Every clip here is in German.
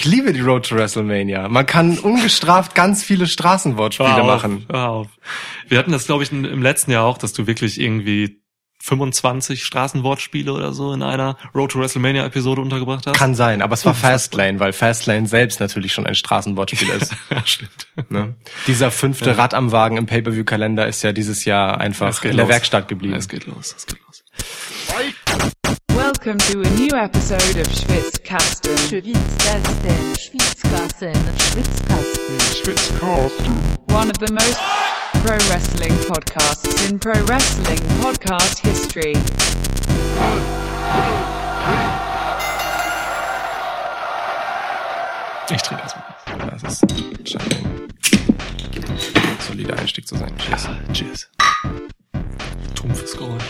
liebe die Road to WrestleMania. Man kann ungestraft ganz viele Straßenwortspiele machen. Hör auf. Wir hatten das, glaube ich, im letzten Jahr auch, dass du wirklich irgendwie 25 Straßenwortspiele oder so in einer Road to WrestleMania Episode untergebracht hast. Kann sein, aber es war Fastlane, weil Fastlane selbst natürlich schon ein Straßenwortspiel ist. Ja, stimmt. Ne? Dieser 5. Rad am Wagen im Pay-Per-View-Kalender ist ja dieses Jahr einfach in der Werkstatt geblieben. Es geht los. Welcome to a new episode of Schwitzkasten. One of the most pro wrestling podcasts in pro wrestling podcast history. Ich trinke erstmal. Das scheint ein solider Einstieg zu sein. Cheers. Cheers. Trumpfes Geräusch.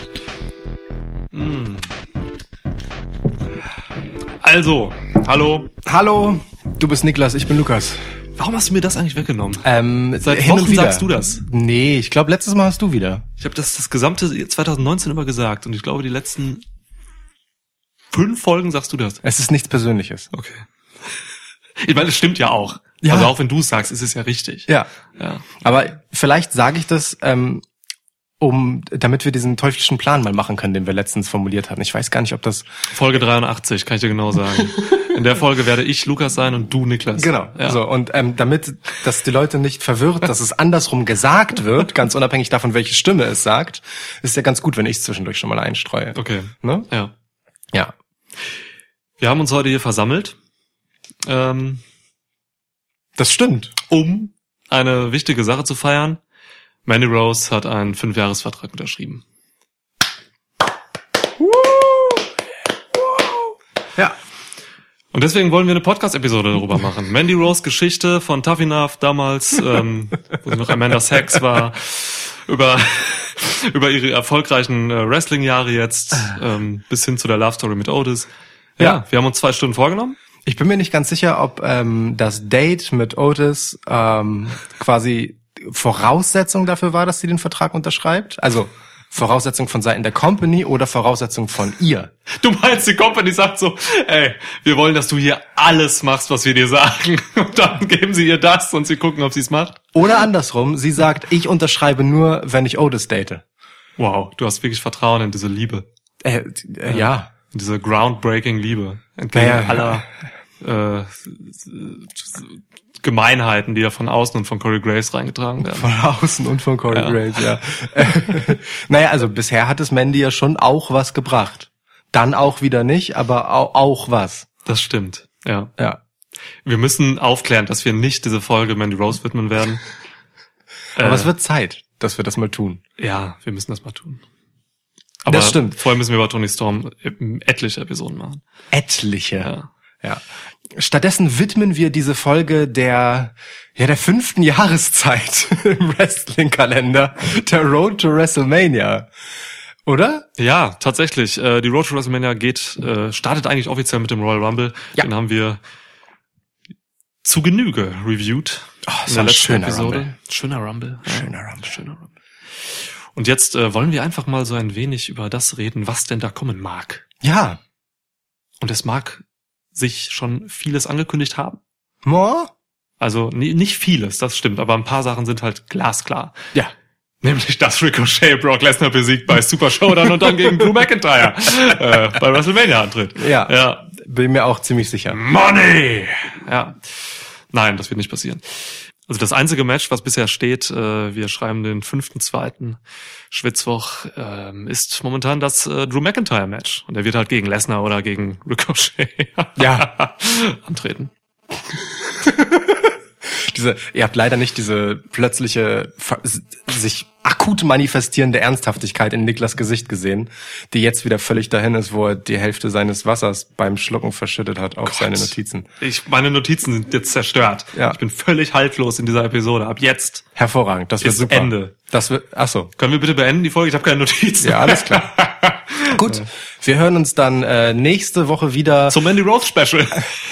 Also, hallo. Hallo, du bist Niklas, ich bin Lukas. Warum hast du mir das eigentlich weggenommen? Seit Wochen sagst du das. Nee, ich glaube, letztes Mal hast du wieder. Ich habe das gesamte 2019 immer gesagt und ich glaube, die letzten 5 Folgen sagst du das. Es ist nichts Persönliches. Okay. Ich meine, es stimmt ja auch. Ja. Also auch wenn du es sagst, ist es ja richtig. Ja. Ja. Aber vielleicht sage ich das, damit wir diesen teuflischen Plan mal machen können, den wir letztens formuliert hatten. Ich weiß gar nicht, ob das... Folge 83, kann ich dir genau sagen. In der Folge werde ich Lukas sein und du Niklas. Genau. Ja. So, und damit das die Leute nicht verwirrt, dass es andersrum gesagt wird, ganz unabhängig davon, welche Stimme es sagt, ist ja ganz gut, wenn ich es zwischendurch schon mal einstreue. Okay. Ne? Ja. Ja. Wir haben uns heute hier versammelt, Das stimmt. um eine wichtige Sache zu feiern. Mandy Rose hat einen 5-Jahres-Vertrag unterschrieben. Ja. Und deswegen wollen wir eine Podcast-Episode darüber machen. Mandy Rose Geschichte von Tough Enough damals, wo sie noch Amanda Sachs war, über ihre erfolgreichen Wrestling-Jahre jetzt, bis hin zu der Love Story mit Otis. Ja, wir haben uns 2 Stunden vorgenommen. Ich bin mir nicht ganz sicher, ob das Date mit Otis quasi Voraussetzung dafür war, dass sie den Vertrag unterschreibt. Also Voraussetzung von Seiten der Company oder Voraussetzung von ihr. Du meinst, die Company sagt so, ey, wir wollen, dass du hier alles machst, was wir dir sagen. Und dann geben sie ihr das und sie gucken, ob sie es macht. Oder andersrum, sie sagt, ich unterschreibe nur, wenn ich Otis date. Wow, du hast wirklich Vertrauen in diese Liebe. Ja. In diese groundbreaking Liebe. Entgegen aller Gemeinheiten, die da von außen und von Corey Graves reingetragen werden. Von außen und von Corey Graves, ja. Naja, also bisher hat es Mandy ja schon auch was gebracht. Dann auch wieder nicht, aber auch was. Das stimmt, ja. Ja. Wir müssen aufklären, dass wir nicht diese Folge Mandy Rose widmen werden. Aber es wird Zeit, dass wir das mal tun. Ja, wir müssen das mal tun. Aber das stimmt. Vorher müssen wir über Toni Storm etliche Episoden machen. Etliche. Ja. Stattdessen widmen wir diese Folge der 5. Jahreszeit im Wrestling-Kalender, der Road to WrestleMania. Oder? Ja, tatsächlich. Die Road to WrestleMania startet eigentlich offiziell mit dem Royal Rumble. Ja. Den haben wir zu Genüge reviewed. Oh, das war ein schöner Episode. Rumble. Schöner Rumble. Schöner Rumble. Schöner Rumble. Und jetzt wollen wir einfach mal so ein wenig über das reden, was denn da kommen mag. Ja. Und es mag sich schon vieles angekündigt haben. Mo? Also nicht vieles, das stimmt, aber ein paar Sachen sind halt glasklar. Ja. Nämlich, dass Ricochet Brock Lesnar besiegt bei Super Showdown und dann gegen Drew McIntyre bei WrestleMania antritt. Ja, bin mir auch ziemlich sicher. Money! Ja. Nein, das wird nicht passieren. Also das einzige Match, was bisher steht, wir schreiben den 5.2. Schwitzwoch, ist momentan das Drew McIntyre Match. Und er wird halt gegen Lesnar oder gegen Ricochet antreten. Ihr habt leider nicht diese plötzliche, sich akut manifestierende Ernsthaftigkeit in Niklas Gesicht gesehen, die jetzt wieder völlig dahin ist, wo er die Hälfte seines Wassers beim Schlucken verschüttet hat auf seine Notizen. Meine Notizen sind jetzt zerstört. Ja. Ich bin völlig haltlos in dieser Episode. Ab jetzt. Hervorragend. Das wird super. Ende. Achso. Können wir bitte beenden die Folge? Ich habe keine Notizen. Ja, alles klar. Gut. Wir hören uns dann nächste Woche wieder. Zum Mandy Rose Special.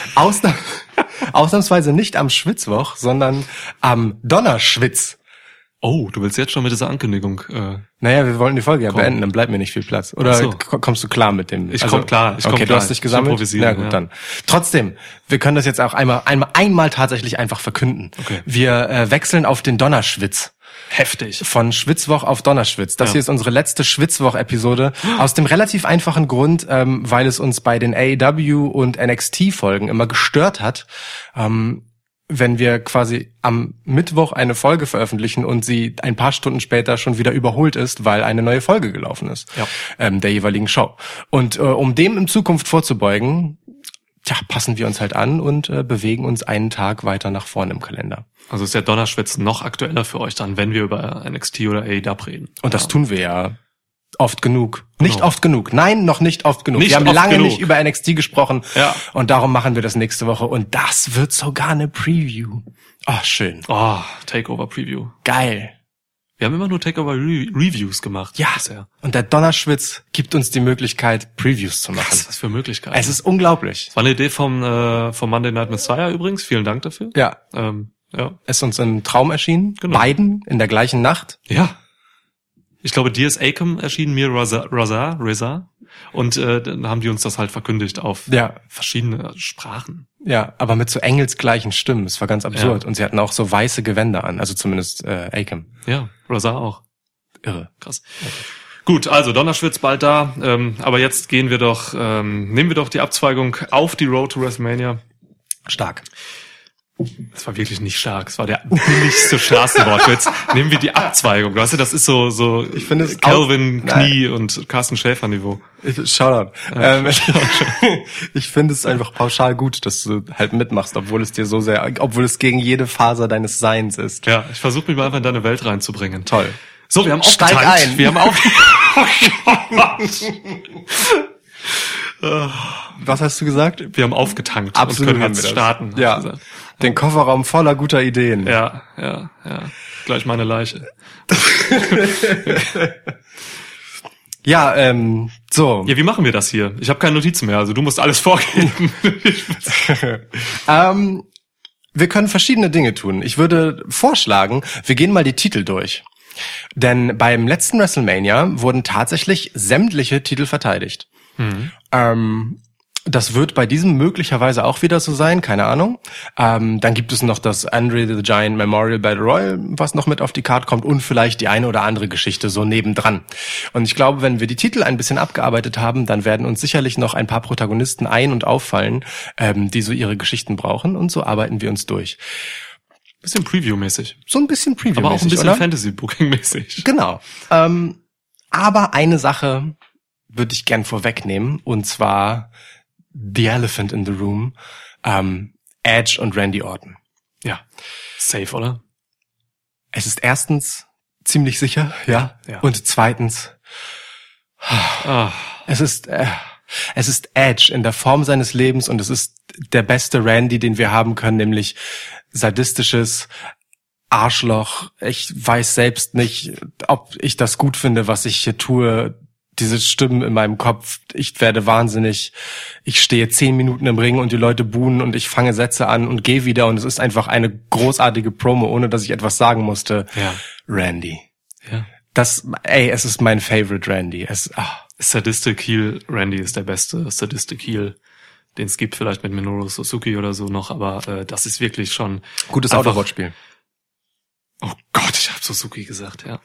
Ausnahmsweise nicht am Schwitzwoch, sondern am Donnerschwitz. Oh, du willst jetzt schon mit dieser Ankündigung. Naja, wir wollten die Folge ja beenden, dann bleibt mir nicht viel Platz. Oder Ach so. Kommst du klar mit dem? Ich komm klar. Okay, du hast dich gesammelt? Ja gut, dann. Trotzdem, wir können das jetzt auch einmal tatsächlich einfach verkünden. Okay. Wir wechseln auf den Donnerschwitz. Heftig. Von Schwitzwoch auf Donnerschwitz. Das hier ist unsere letzte Schwitzwoch-Episode. Aus dem relativ einfachen Grund, weil es uns bei den AEW und NXT-Folgen immer gestört hat, wenn wir quasi am Mittwoch eine Folge veröffentlichen und sie ein paar Stunden später schon wieder überholt ist, weil eine neue Folge gelaufen ist, der jeweiligen Show. Und um dem in Zukunft vorzubeugen, passen wir uns halt an und bewegen uns einen Tag weiter nach vorne im Kalender. Also ist der Donnerschwitz noch aktueller für euch dann, wenn wir über NXT oder AEW reden. Und das tun wir ja oft genug. Genau. Nicht oft genug. Nein, noch nicht oft genug. Nicht wir haben oft lange genug. nicht über NXT gesprochen. Ja. Und darum machen wir das nächste Woche. Und das wird sogar eine Preview. Oh, schön. Oh, Takeover Preview. Geil. Wir haben immer nur Takeover Reviews gemacht. Ja. Bisher. Und der Donnerschwitz gibt uns die Möglichkeit, Previews zu machen. Was für Möglichkeiten. Es ist unglaublich. Das war eine Idee vom Monday Night Messiah übrigens. Vielen Dank dafür. Ja. Ja. Es ist uns im Traum erschienen. Genau. Beiden in der gleichen Nacht. Ja. Ich glaube, dir ist Akam erschienen, mir Reza. Und dann haben die uns das halt verkündigt auf verschiedene Sprachen. Ja, aber mit so engelsgleichen Stimmen. Es war ganz absurd. Ja. Und sie hatten auch so weiße Gewänder an. Also zumindest Akam. Ja, Reza auch. Irre. Krass. Gut, also Donnerschwitz bald da. Aber jetzt nehmen wir doch die Abzweigung auf die Road to WrestleMania. Stark. Das war wirklich nicht stark. Es war der billigste Straßenwortwitz. Nehmen wir die Abzweigung. Weißt du, das ist so ich finde es Calvin, auch, Knie und Carsten Schäfer Niveau. Shoutout. Ich finde es einfach pauschal gut, dass du halt mitmachst, obwohl es gegen jede Faser deines Seins ist. Ja, ich versuche mich mal einfach in deine Welt reinzubringen. Toll. So, wir haben Steig aufgetankt. ein. Wir haben Was hast du gesagt? Wir haben aufgetankt. Absolut und können haben jetzt wir das. starten. Ja. Den Kofferraum voller guter Ideen. Ja. Gleich meine Leiche. Ja, so. Ja, wie machen wir das hier? Ich habe keine Notizen mehr, also du musst alles vorgeben. Wir können verschiedene Dinge tun. Ich würde vorschlagen, wir gehen mal die Titel durch. Denn beim letzten WrestleMania wurden tatsächlich sämtliche Titel verteidigt. Das wird bei diesem möglicherweise auch wieder so sein, keine Ahnung. Dann gibt es noch das Andre the Giant Memorial Battle Royal, was noch mit auf die Karte kommt und vielleicht die eine oder andere Geschichte so nebendran. Und ich glaube, wenn wir die Titel ein bisschen abgearbeitet haben, dann werden uns sicherlich noch ein paar Protagonisten ein- und auffallen, die so ihre Geschichten brauchen und so arbeiten wir uns durch. Bisschen Preview-mäßig. So ein bisschen Preview-mäßig, aber auch ein bisschen oder? Fantasy-Booking-mäßig. Genau. Aber eine Sache würde ich gern vorwegnehmen, und zwar The Elephant in the Room, Edge und Randy Orton. Ja, safe, oder? Es ist erstens ziemlich sicher, ja. Und zweitens, es ist Edge in der Form seines Lebens und es ist der beste Randy, den wir haben können, nämlich sadistisches Arschloch. Ich weiß selbst nicht, ob ich das gut finde, was ich hier tue. Diese Stimmen in meinem Kopf, ich werde wahnsinnig. Ich stehe 10 Minuten im Ring und die Leute buhen und ich fange Sätze an und gehe wieder und es ist einfach eine großartige Promo, ohne dass ich etwas sagen musste. Ja. Randy. Ja. Es ist mein Favorite Randy. Sadistic Heel Randy ist der beste Sadistic Heel, den es gibt, vielleicht mit Minoru Suzuki oder so noch, aber das ist wirklich schon gutes einfach Autowortspiel. Oh Gott, ich habe Suzuki gesagt, ja.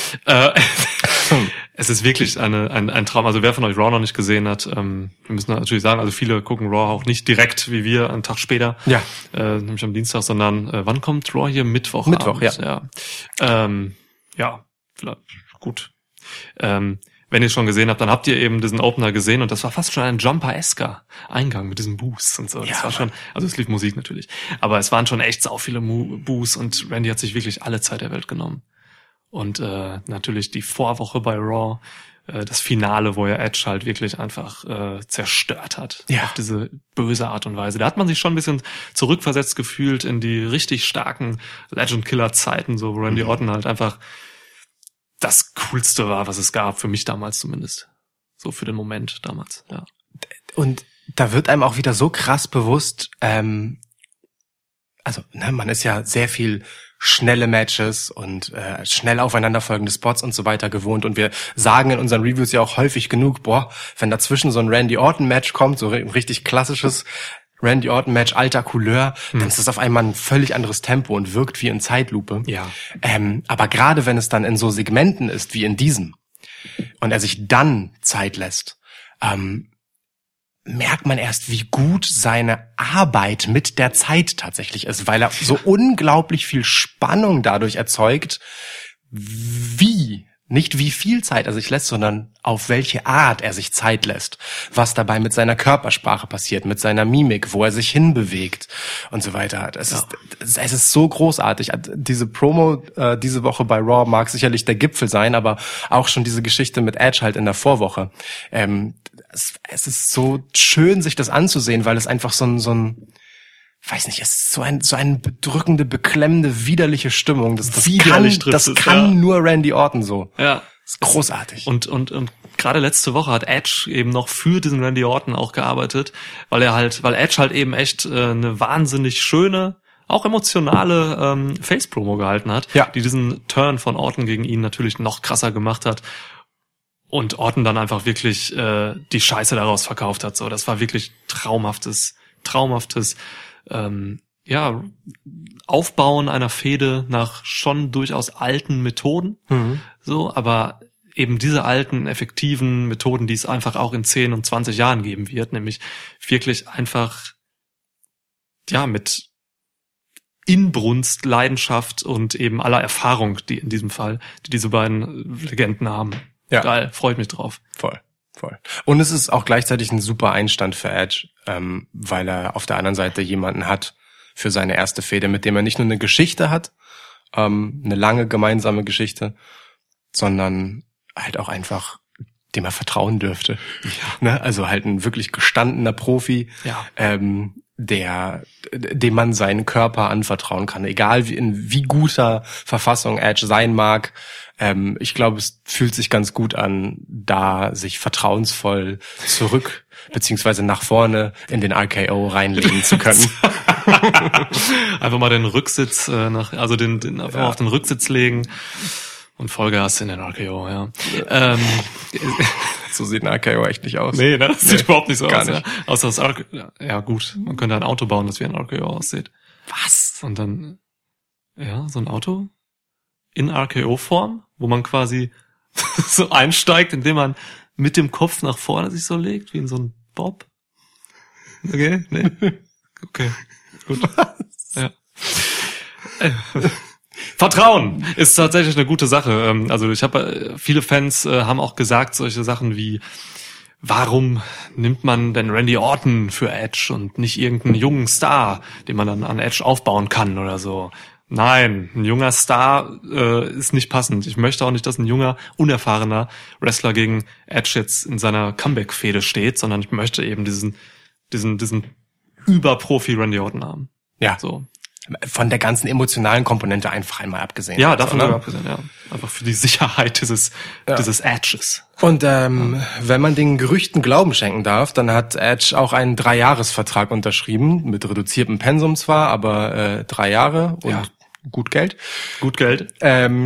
Es ist wirklich ein Traum. Also wer von euch Raw noch nicht gesehen hat, wir müssen natürlich sagen, also viele gucken Raw auch nicht direkt wie wir einen Tag später, nämlich am Dienstag, sondern wann kommt Raw hier? Mittwoch, ja. Ja, vielleicht, gut. Wenn ihr es schon gesehen habt, dann habt ihr eben diesen Opener gesehen und das war fast schon ein Jumper-esker Eingang mit diesem Boost und so. Das war schon, also es lief Musik natürlich, aber es waren schon echt sau viele Boosts und Randy hat sich wirklich alle Zeit der Welt genommen. Und natürlich die Vorwoche bei Raw, das Finale, wo er Edge halt wirklich einfach zerstört hat. Ja. Auf diese böse Art und Weise. Da hat man sich schon ein bisschen zurückversetzt gefühlt in die richtig starken Legend-Killer-Zeiten, so wo Randy Orton halt einfach das Coolste war, was es gab, für mich damals zumindest. So für den Moment damals, ja. Und da wird einem auch wieder so krass bewusst, man ist ja sehr viel schnelle Matches und schnell aufeinanderfolgende Spots und so weiter gewohnt. Und wir sagen in unseren Reviews ja auch häufig genug, wenn dazwischen so ein Randy Orton-Match kommt, so ein richtig klassisches Randy Orton-Match alter Couleur, dann ist das auf einmal ein völlig anderes Tempo und wirkt wie in Zeitlupe. Ja. Aber gerade wenn es dann in so Segmenten ist, wie in diesem, und er sich dann Zeit lässt, merkt man erst, wie gut seine Arbeit mit der Zeit tatsächlich ist, weil er so unglaublich viel Spannung dadurch erzeugt, nicht wie viel Zeit er sich lässt, sondern auf welche Art er sich Zeit lässt, was dabei mit seiner Körpersprache passiert, mit seiner Mimik, wo er sich hinbewegt und so weiter. Es ist so großartig. Diese Promo diese Woche bei Raw mag sicherlich der Gipfel sein, aber auch schon diese Geschichte mit Edge halt in der Vorwoche. Es ist so schön, sich das anzusehen, weil es einfach so ein weiß nicht, es ist so eine bedrückende, beklemmende, widerliche Stimmung. Das kann nur Randy Orton so. Ja. Das ist großartig. Und gerade letzte Woche hat Edge eben noch für diesen Randy Orton auch gearbeitet, weil Edge halt eben echt eine wahnsinnig schöne, auch emotionale Face-Promo gehalten hat, die diesen Turn von Orton gegen ihn natürlich noch krasser gemacht hat. Und Orton dann einfach wirklich die Scheiße daraus verkauft hat. So, das war wirklich traumhaftes Aufbauen einer Fehde nach schon durchaus alten Methoden, so, aber eben diese alten, effektiven Methoden, die es einfach auch in 10 und 20 Jahren geben wird, nämlich wirklich einfach, mit Inbrunst, Leidenschaft und eben aller Erfahrung, die in diesem Fall, die diese beiden Legenden haben. Ja. Geil, freut mich drauf. Voll. Und es ist auch gleichzeitig ein super Einstand für Edge, weil er auf der anderen Seite jemanden hat für seine erste Fehde, mit dem er nicht nur eine Geschichte hat, eine lange gemeinsame Geschichte, sondern halt auch einfach, dem er vertrauen dürfte. Ja. Ne? Also halt ein wirklich gestandener Profi, dem man seinen Körper anvertrauen kann, egal in wie guter Verfassung Edge sein mag. Ich glaube, es fühlt sich ganz gut an, da sich vertrauensvoll zurück beziehungsweise nach vorne in den RKO reinlegen zu können. Einfach mal den Rücksitz einfach mal auf den Rücksitz legen und Vollgas in den RKO, ja. So sieht ein RKO echt nicht aus. Nee, das sieht überhaupt nicht so gar aus. Nicht. Ja. Außer das RKO, ja gut, man könnte ein Auto bauen, das wie ein RKO aussieht. Was? Und dann, so ein Auto in RKO-Form, wo man quasi so einsteigt, indem man mit dem Kopf nach vorne sich so legt, wie in so ein Bob. Okay, nee. Okay, gut. Ja. Vertrauen ist tatsächlich eine gute Sache. Also viele Fans haben auch gesagt, solche Sachen wie, warum nimmt man denn Randy Orton für Edge und nicht irgendeinen jungen Star, den man dann an Edge aufbauen kann oder so? Nein, ein junger Star ist nicht passend. Ich möchte auch nicht, dass ein junger, unerfahrener Wrestler gegen Edge jetzt in seiner Comeback-Fehde steht, sondern ich möchte eben diesen Überprofi Randy Orton haben. Ja. So. Von der ganzen emotionalen Komponente einfach einmal abgesehen. Ja, davon abgesehen, ja. Einfach für die Sicherheit dieses Edges. Und wenn man den Gerüchten Glauben schenken darf, dann hat Edge auch einen 3-Jahres-Vertrag unterschrieben, mit reduziertem Pensum zwar, aber 3 Jahre und gut Geld. Gut Geld.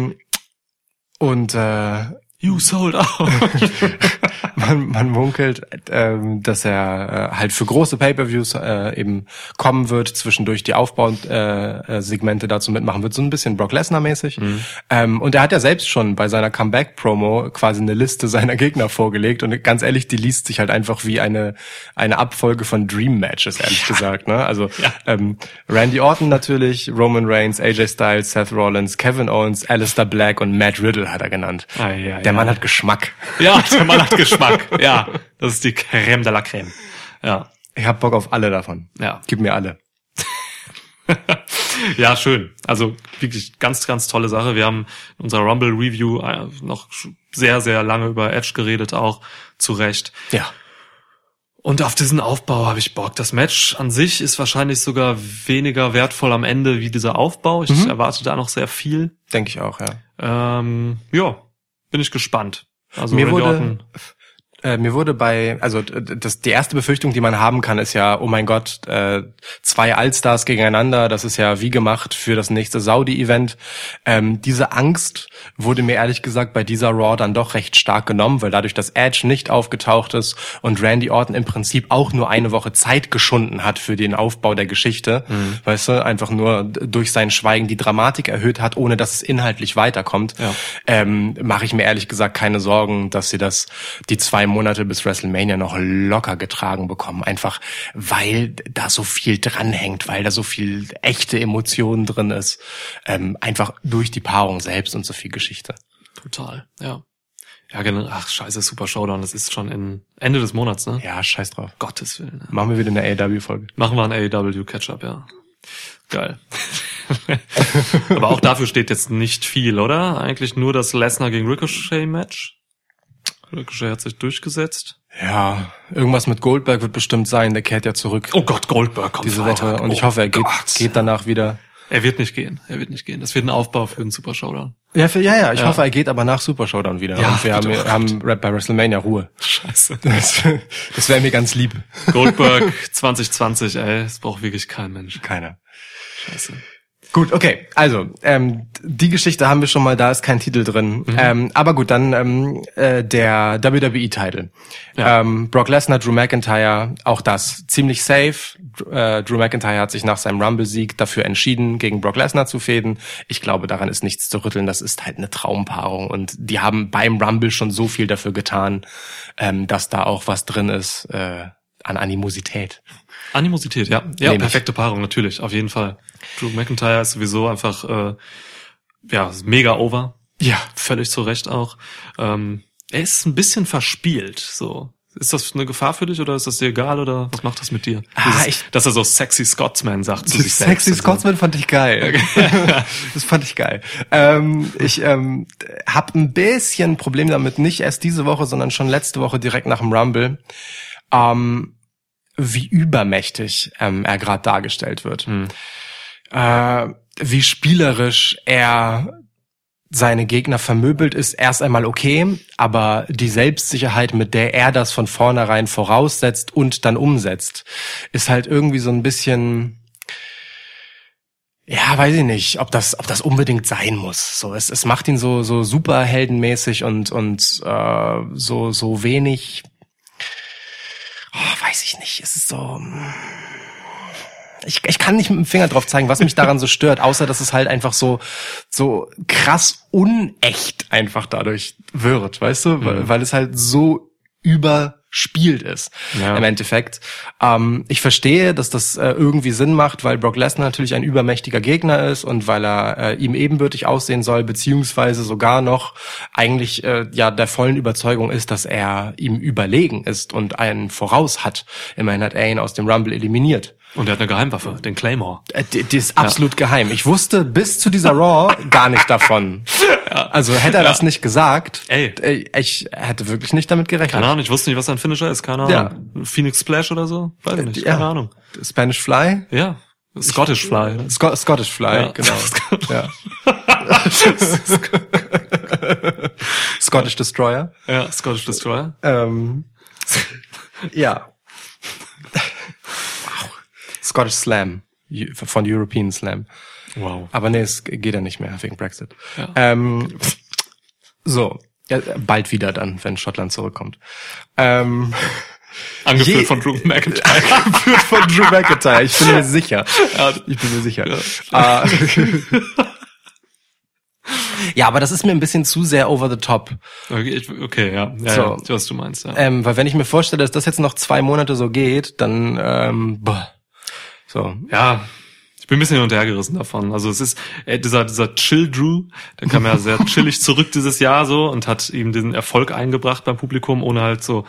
You sold out. Man munkelt, dass er halt für große Pay-Per-Views eben kommen wird, zwischendurch die Aufbausegmente dazu mitmachen wird, so ein bisschen Brock Lesnar-mäßig. Und er hat ja selbst schon bei seiner Comeback-Promo quasi eine Liste seiner Gegner vorgelegt und ganz ehrlich, die liest sich halt einfach wie eine Abfolge von Dream-Matches, ehrlich gesagt. Ne? Also Randy Orton natürlich, Roman Reigns, AJ Styles, Seth Rollins, Kevin Owens, Aleister Black und Matt Riddle hat er genannt. Der Mann hat Geschmack. Ja, der Mann hat Geschmack. Ja, das ist die Crème de la Crème. Ja. Ich hab Bock auf alle davon. Ja. Gib mir alle. Ja, schön. Also wirklich ganz, ganz tolle Sache. Wir haben in unserer Rumble-Review noch sehr, sehr lange über Edge geredet, auch zu Recht. Ja. Und auf diesen Aufbau habe ich Bock. Das Match an sich ist wahrscheinlich sogar weniger wertvoll am Ende wie dieser Aufbau. Ich erwarte da noch sehr viel. Denke ich auch, ja. Ja, bin ich gespannt. Also mir Randy wurde Orton. Mir wurde die erste Befürchtung, die man haben kann, ist ja, oh mein Gott, 2 Allstars gegeneinander, das ist ja wie gemacht für das nächste Saudi-Event. Diese Angst wurde mir ehrlich gesagt bei dieser Raw dann doch recht stark genommen, weil dadurch, dass Edge nicht aufgetaucht ist und Randy Orton im Prinzip auch nur eine Woche Zeit geschunden hat für den Aufbau der Geschichte, weißt du, einfach nur durch sein Schweigen die Dramatik erhöht hat, ohne dass es inhaltlich weiterkommt, mache ich mir ehrlich gesagt keine Sorgen, dass sie die 2 Monate bis WrestleMania noch locker getragen bekommen. Einfach, weil da so viel dranhängt, weil da so viel echte Emotionen drin ist. Einfach durch die Paarung selbst und so viel Geschichte. Total, ja. Ja, genau. Ach, scheiße, Super Showdown. Das ist schon Ende des Monats, ne? Ja, scheiß drauf. Gottes Willen. Ja. Machen wir wieder eine AEW-Folge. Machen wir ein AEW-Catch-up, ja. Geil. Aber auch dafür steht jetzt nicht viel, oder? Eigentlich nur das Lesnar gegen Ricochet-Match. Ricochet hat sich durchgesetzt. Ja, irgendwas mit Goldberg wird bestimmt sein. Der kehrt ja zurück. Oh Gott, Goldberg kommt diese Freitag. Woche. Und ich hoffe, er geht danach wieder. Er wird nicht gehen. Das wird ein Aufbau für den Super Showdown. Ja, ich hoffe, er geht aber nach Super Showdown wieder. Ja, und wir haben bei WrestleMania Ruhe. Scheiße. Das wäre mir ganz lieb. Goldberg 2020, das braucht wirklich kein Mensch. Keiner. Scheiße. Gut, okay. Also, die Geschichte haben wir schon mal, da ist kein Titel drin. Aber gut, dann der WWE-Titel. Ja. Brock Lesnar, Drew McIntyre, auch das ziemlich safe. Drew McIntyre hat sich nach seinem Rumble-Sieg dafür entschieden, gegen Brock Lesnar zu fäden. Ich glaube, daran ist nichts zu rütteln. Das ist halt eine Traumpaarung. Und die haben beim Rumble schon so viel dafür getan, dass da auch was drin ist an Animosität. Animosität, ja. Ja, perfekte Paarung, natürlich, auf jeden Fall. Drew McIntyre ist sowieso einfach, mega over. Ja. Völlig zu Recht auch. Er ist ein bisschen verspielt, so. Ist das eine Gefahr für dich oder ist das dir egal oder was macht das mit dir? Dass er so Sexy Scotsman sagt zu sich selbst. Sexy Scotsman fand ich geil. Das fand ich geil. Ich habe ein bisschen Problem damit, nicht erst diese Woche, sondern schon letzte Woche direkt nach dem Rumble, wie übermächtig er gerade dargestellt wird. Wie spielerisch er seine Gegner vermöbelt, ist erst einmal okay, aber die Selbstsicherheit, mit der er das von vornherein voraussetzt und dann umsetzt, ist halt irgendwie so ein bisschen, ja, weiß ich nicht, ob das unbedingt sein muss. So, es macht ihn so superheldenmäßig und so wenig, weiß ich nicht, es ist so, ich kann nicht mit dem Finger drauf zeigen, was mich daran so stört, außer dass es halt einfach so krass unecht einfach dadurch wird, weißt du? Weil es halt so überspielt ist, im Endeffekt. Ich verstehe, dass das irgendwie Sinn macht, weil Brock Lesnar natürlich ein übermächtiger Gegner ist und weil er ihm ebenbürtig aussehen soll, beziehungsweise sogar noch eigentlich der vollen Überzeugung ist, dass er ihm überlegen ist und einen voraus hat. Immerhin hat er ihn aus dem Rumble eliminiert. Und er hat eine Geheimwaffe, den Claymore. Die ist absolut geheim. Ich wusste bis zu dieser Raw gar nicht davon. Also hätte er das nicht gesagt, ich hätte wirklich nicht damit gerechnet. Keine Ahnung, ich wusste nicht, was sein Finisher ist, keine Ahnung. Ja. Phoenix Splash oder so? Weiß ich nicht, keine Ahnung. Spanish Fly? Ja. Scottish Fly. Scottish Fly, genau. Ja. Scottish Destroyer. Ja, Scottish Destroyer. Ja. Scottish Slam von European Slam. Wow. Aber nee, es geht ja nicht mehr wegen Brexit. Ja. Bald wieder dann, wenn Schottland zurückkommt. Angeführt von Drew McIntyre. Angeführt von Drew McIntyre, ich bin mir sicher. Ja. Ja, aber das ist mir ein bisschen zu sehr over the top. Okay, ja. Ja, was du meinst. Ja. Weil wenn ich mir vorstelle, dass das jetzt noch 2 Monate so geht, dann so. Ja, ich bin ein bisschen hin und her gerissen davon. Also es ist dieser Chill Drew, der kam ja sehr chillig zurück dieses Jahr so und hat ihm den Erfolg eingebracht beim Publikum, ohne halt so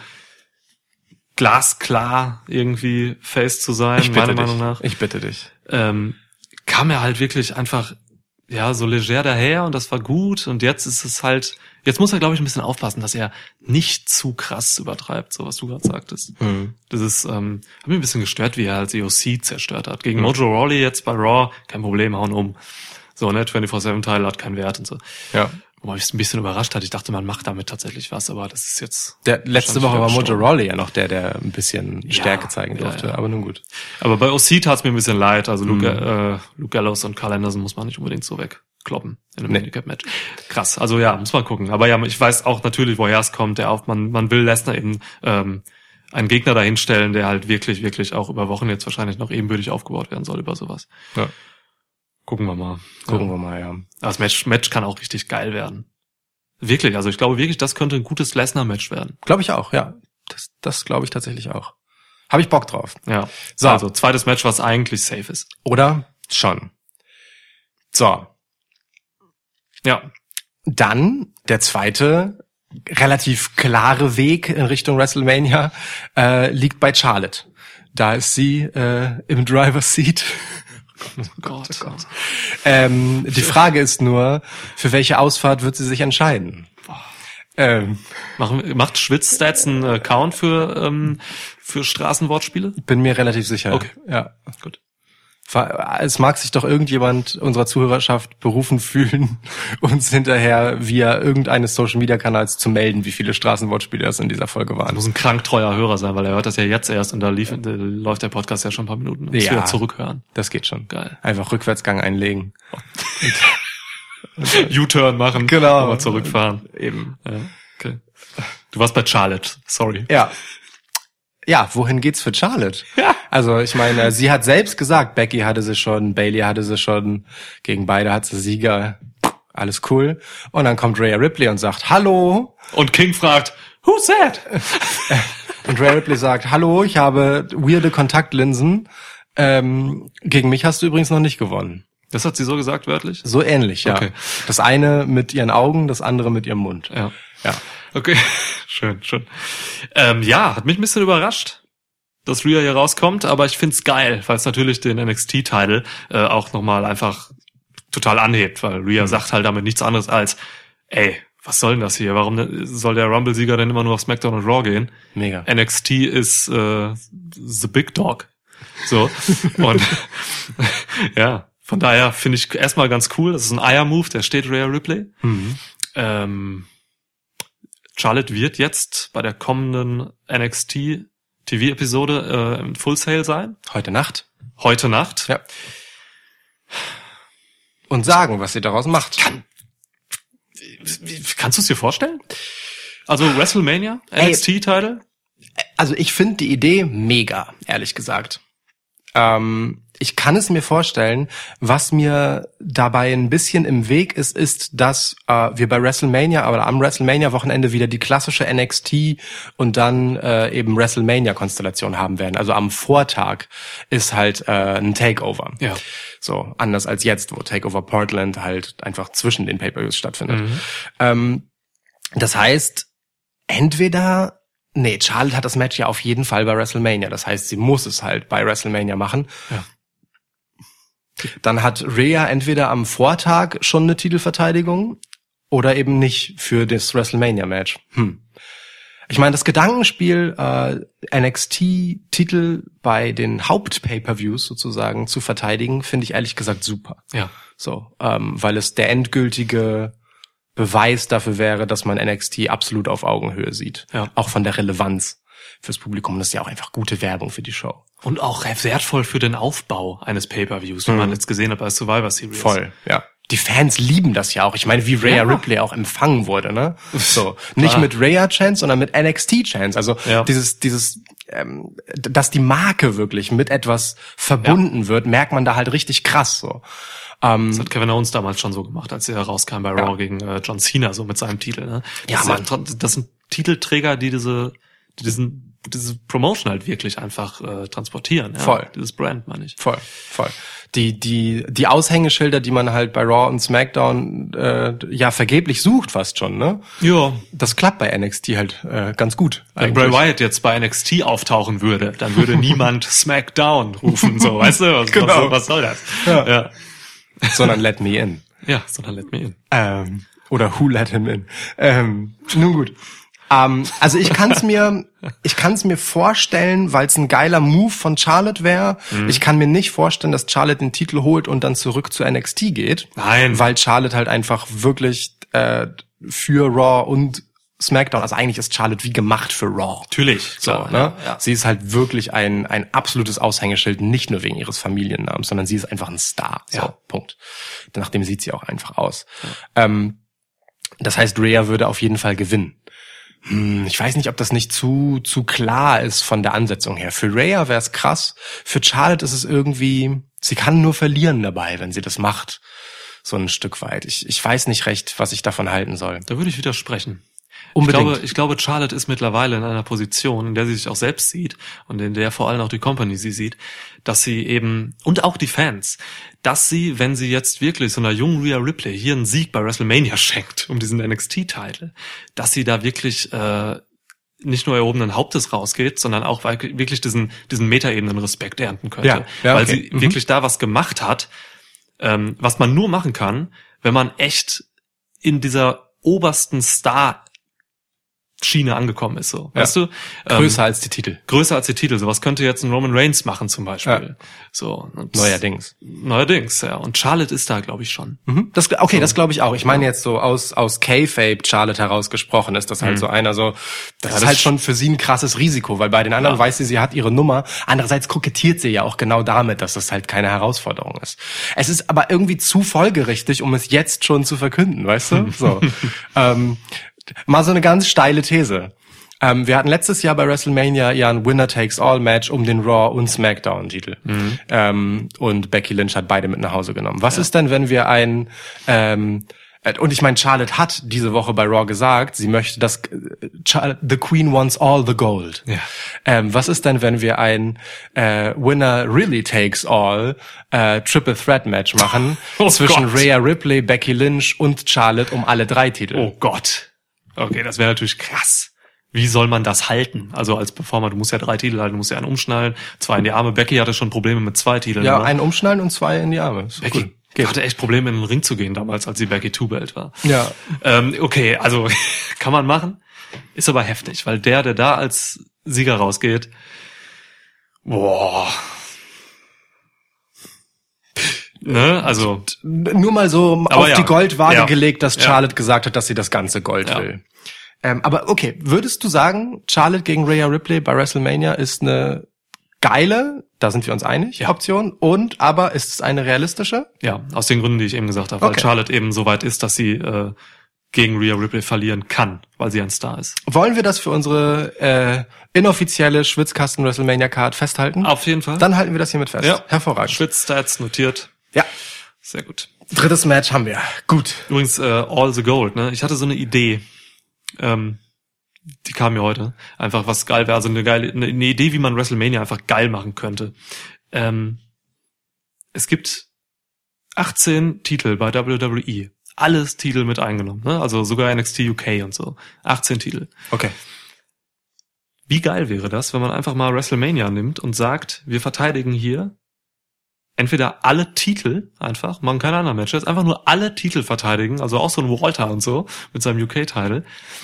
glasklar irgendwie Face zu sein, meiner Meinung nach. Ich bitte dich. Kam er halt wirklich einfach so leger daher und das war gut und jetzt ist es halt, jetzt muss er glaube ich ein bisschen aufpassen, dass er nicht zu krass übertreibt, so was du gerade sagtest. Das ist, hat mich ein bisschen gestört, wie er halt EOC zerstört hat. Gegen Mojo Rawley jetzt bei Raw, kein Problem, hauen um. So, ne, 24/7-Teil hat keinen Wert und so. Ja. Wobei mich ein bisschen überrascht hat. Ich dachte, man macht damit tatsächlich was, aber das ist jetzt... Der letzte Woche war Mojo Rawley ja noch der ein bisschen Stärke zeigen durfte, ja. aber nun gut. Aber bei OC tat es mir ein bisschen leid. Also Luke Gallows und Carl Anderson muss man nicht unbedingt so wegkloppen in einem Handicap-Match. Krass, also ja, muss man gucken. Aber ja, ich weiß auch natürlich, woher es kommt. Man will Lesnar eben einen Gegner dahinstellen, der halt wirklich, wirklich auch über Wochen jetzt wahrscheinlich noch ebenbürtig aufgebaut werden soll über sowas. Ja. Gucken wir mal. Gucken wir mal, ja. Das Match kann auch richtig geil werden. Wirklich, also ich glaube wirklich, das könnte ein gutes Lesnar-Match werden. Glaube ich auch, ja. Das glaube ich tatsächlich auch. Habe ich Bock drauf. Ja. So. Also zweites Match, was eigentlich safe ist. Oder? Schon. So. Ja. Dann der zweite relativ klare Weg in Richtung WrestleMania liegt bei Charlotte. Da ist sie im Driver's Seat. Oh Gott. Die Frage ist nur, für welche Ausfahrt wird sie sich entscheiden? Macht Schwitz-Stats einen Account für Straßenwortspiele? Bin mir relativ sicher. Okay. Ja. Gut. Es mag sich doch irgendjemand unserer Zuhörerschaft berufen fühlen, uns hinterher via irgendeines Social-Media-Kanals zu melden, wie viele Straßenwortspiele das in dieser Folge Das waren. muss ein krank treuer Hörer sein, weil er hört das ja jetzt erst und da läuft der Podcast ja schon ein paar Minuten. Muss Ja. wieder zurückhören. Das geht schon. Geil. Einfach Rückwärtsgang einlegen. U-Turn machen. Genau. Aber zurückfahren. Eben. Ja, okay. Du warst bei Charlotte. Sorry. Ja. Ja, wohin geht's für Charlotte? Ja. Also ich meine, sie hat selbst gesagt, Becky hatte sie schon, Bayley hatte sie schon, gegen beide hat sie Sieger, alles cool. Und dann kommt Rhea Ripley und sagt, hallo. Und King fragt, who's that? Und Rhea Ripley sagt, hallo, ich habe weirde Kontaktlinsen. Gegen mich hast du übrigens noch nicht gewonnen. Das hat sie so gesagt, wörtlich? So ähnlich, ja. Okay. Das eine mit ihren Augen, das andere mit ihrem Mund. Ja. Ja. Okay, schön. Ja, hat mich ein bisschen überrascht, dass Rhea hier rauskommt, aber ich find's geil, weil es natürlich den NXT-Title auch nochmal einfach total anhebt, weil Rhea sagt halt damit nichts anderes als, ey, was soll denn das hier? Warum soll der Rumble-Sieger denn immer nur auf SmackDown und Raw gehen? Mega. NXT ist the big dog. So. Und ja, von daher finde ich erstmal ganz cool. Das ist ein Eier-Move, der steht Rhea Ripley. Charlotte wird jetzt bei der kommenden NXT TV-Episode im Full Sail sein. Heute Nacht. Heute Nacht. Ja. Und sagen, was sie daraus macht. Kannst du es dir vorstellen? Also WrestleMania, NXT-Title? Also ich finde die Idee mega, ehrlich gesagt. Ich kann es mir vorstellen. Was mir dabei ein bisschen im Weg ist, dass wir bei WrestleMania, aber am WrestleMania-Wochenende wieder die klassische NXT und dann eben WrestleMania-Konstellation haben werden. Also am Vortag ist halt ein Takeover. Ja. So, anders als jetzt, wo Takeover Portland halt einfach zwischen den Pay-Per-Views stattfindet. Das heißt, Charlotte hat das Match ja auf jeden Fall bei WrestleMania. Das heißt, sie muss es halt bei WrestleMania machen. Ja. Dann hat Rhea entweder am Vortag schon eine Titelverteidigung oder eben nicht für das WrestleMania-Match. Ich meine, das Gedankenspiel, NXT-Titel bei den Haupt-Pay-Per-Views sozusagen zu verteidigen, finde ich ehrlich gesagt super. Ja. So, weil es der endgültige Beweis dafür wäre, dass man NXT absolut auf Augenhöhe sieht. Ja. Auch von der Relevanz fürs Publikum. Das ist ja auch einfach gute Werbung für die Show. Und auch wertvoll für den Aufbau eines Pay-Per-Views, wie man jetzt gesehen hat bei Survivor Series. Voll, ja. Die Fans lieben das ja auch. Ich meine, wie Rhea Ripley auch empfangen wurde, ne? So, nicht mit Rhea-Chants, sondern mit NXT-Chants. Also dieses dass die Marke wirklich mit etwas verbunden wird, merkt man da halt richtig krass so. Das hat Kevin Owens damals schon so gemacht, als er rauskam bei Raw gegen John Cena, so mit seinem Titel. Ne? Ja, Mann. Das sind Titelträger, die diese Promotion halt wirklich einfach transportieren. Ja? Voll. Dieses Brand, meine ich. Voll. Die Aushängeschilder, die man halt bei Raw und SmackDown vergeblich sucht fast schon, ne? Ja. Das klappt bei NXT halt ganz gut. Wenn Bray Wyatt jetzt bei NXT auftauchen würde, dann würde niemand SmackDown rufen, so, weißt du? Was soll das? Ja. Sondern Let Me In. Ja, sondern Let Me In. Oder Who Let Him In. Nun gut. Also ich kann's mir vorstellen, weil es ein geiler Move von Charlotte wäre. Ich kann mir nicht vorstellen, dass Charlotte den Titel holt und dann zurück zu NXT geht. Nein. Weil Charlotte halt einfach wirklich für Raw und SmackDown. Also eigentlich ist Charlotte wie gemacht für Raw. Natürlich, So, klar, ne? ja. Sie ist halt wirklich ein absolutes Aushängeschild, nicht nur wegen ihres Familiennamens, sondern sie ist einfach ein Star. So, Ja. Punkt. Nachdem sieht sie auch einfach aus. Ja. Das heißt, Rhea würde auf jeden Fall gewinnen. Ich weiß nicht, ob das nicht zu klar ist von der Ansetzung her. Für Rhea wäre es krass. Für Charlotte ist es irgendwie, sie kann nur verlieren dabei, wenn sie das macht. So ein Stück weit. Ich weiß nicht recht, was ich davon halten soll. Da würde ich widersprechen. Unbedingt. Ich glaube, Charlotte ist mittlerweile in einer Position, in der sie sich auch selbst sieht und in der vor allem auch die Company sie sieht, dass sie eben, und auch die Fans, dass sie, wenn sie jetzt wirklich so einer jungen Rhea Ripley hier einen Sieg bei WrestleMania schenkt, um diesen NXT-Titel, dass sie da wirklich nicht nur erhobenen Hauptes rausgeht, sondern auch wirklich diesen Metaebenen-Respekt ernten könnte. Ja, weil okay. sie wirklich da was gemacht hat, was man nur machen kann, wenn man echt in dieser obersten Star-Schiene angekommen ist, so. Ja. Weißt du? Größer als die Titel. Größer als die Titel. Sowas könnte jetzt ein Roman Reigns machen zum Beispiel. Ja. So. Und Neuerdings. Ja. Und Charlotte ist da, glaube ich, schon. Das glaube ich auch. Ich meine jetzt so aus Kayfabe Charlotte herausgesprochen ist das halt so einer so, das ist das halt schon für sie ein krasses Risiko, weil bei den anderen weiß sie hat ihre Nummer. Andererseits kokettiert sie ja auch genau damit, dass das halt keine Herausforderung ist. Es ist aber irgendwie zu folgerichtig, um es jetzt schon zu verkünden, weißt du? So. Mal so eine ganz steile These. Wir hatten letztes Jahr bei WrestleMania ja ein Winner-Takes-All-Match um den Raw- und SmackDown-Titel. Und Becky Lynch hat beide mit nach Hause genommen. Was ist denn, wenn wir und ich meine, Charlotte hat diese Woche bei Raw gesagt, sie möchte, dass the Queen wants all the gold. Ja. Was ist denn, wenn wir ein Winner really takes all Triple Threat Match machen zwischen Gott. Rhea Ripley, Becky Lynch und Charlotte um alle 3 Titel? Oh Gott. Okay, das wäre natürlich krass. Wie soll man das halten? Also als Performer, du musst ja 3 Titel halten, du musst ja einen umschnallen, 2 in die Arme. Becky hatte schon Probleme mit 2 Titeln. Ja, oder? einen umschnallen und 2 in die Arme. Ist Becky cool. Geht. hatte echt Probleme, in den Ring zu gehen damals, als sie Becky Two-Belt war. Ja. Okay, also kann man machen. Ist aber heftig, weil der da als Sieger rausgeht, boah. Ne, also Nur mal so Aber auf ja. die Goldwaage Ja. gelegt, dass Ja. Charlotte gesagt hat, dass sie das ganze Gold Ja. will. Aber okay, würdest du sagen, Charlotte gegen Rhea Ripley bei WrestleMania ist eine geile, da sind wir uns einig, Ja. Option, aber ist es eine realistische? ja, aus den Gründen, die ich eben gesagt habe, weil Okay. Charlotte eben so weit ist, dass sie gegen Rhea Ripley verlieren kann, weil sie ein Star ist. Wollen wir das für unsere inoffizielle Schwitzkasten-WrestleMania-Card festhalten? Auf jeden Fall. Dann halten wir das hiermit fest. Ja. Hervorragend. Schwitz-Stats notiert. Ja. Sehr gut. 3. Match haben wir. Gut. Übrigens, All the Gold, ne? Ich hatte so eine Idee, die kam mir heute. Einfach was geil wäre, also eine Idee, wie man WrestleMania einfach geil machen könnte. Es gibt 18 Titel bei WWE. Alles Titel mit eingenommen, ne? Also sogar NXT UK und so. 18 Titel. Okay. Wie geil wäre das, wenn man einfach mal WrestleMania nimmt und sagt, wir verteidigen hier entweder alle Titel einfach, machen keine anderen Matches, einfach nur alle Titel verteidigen, also auch so ein Walter und so mit seinem UK-Titel.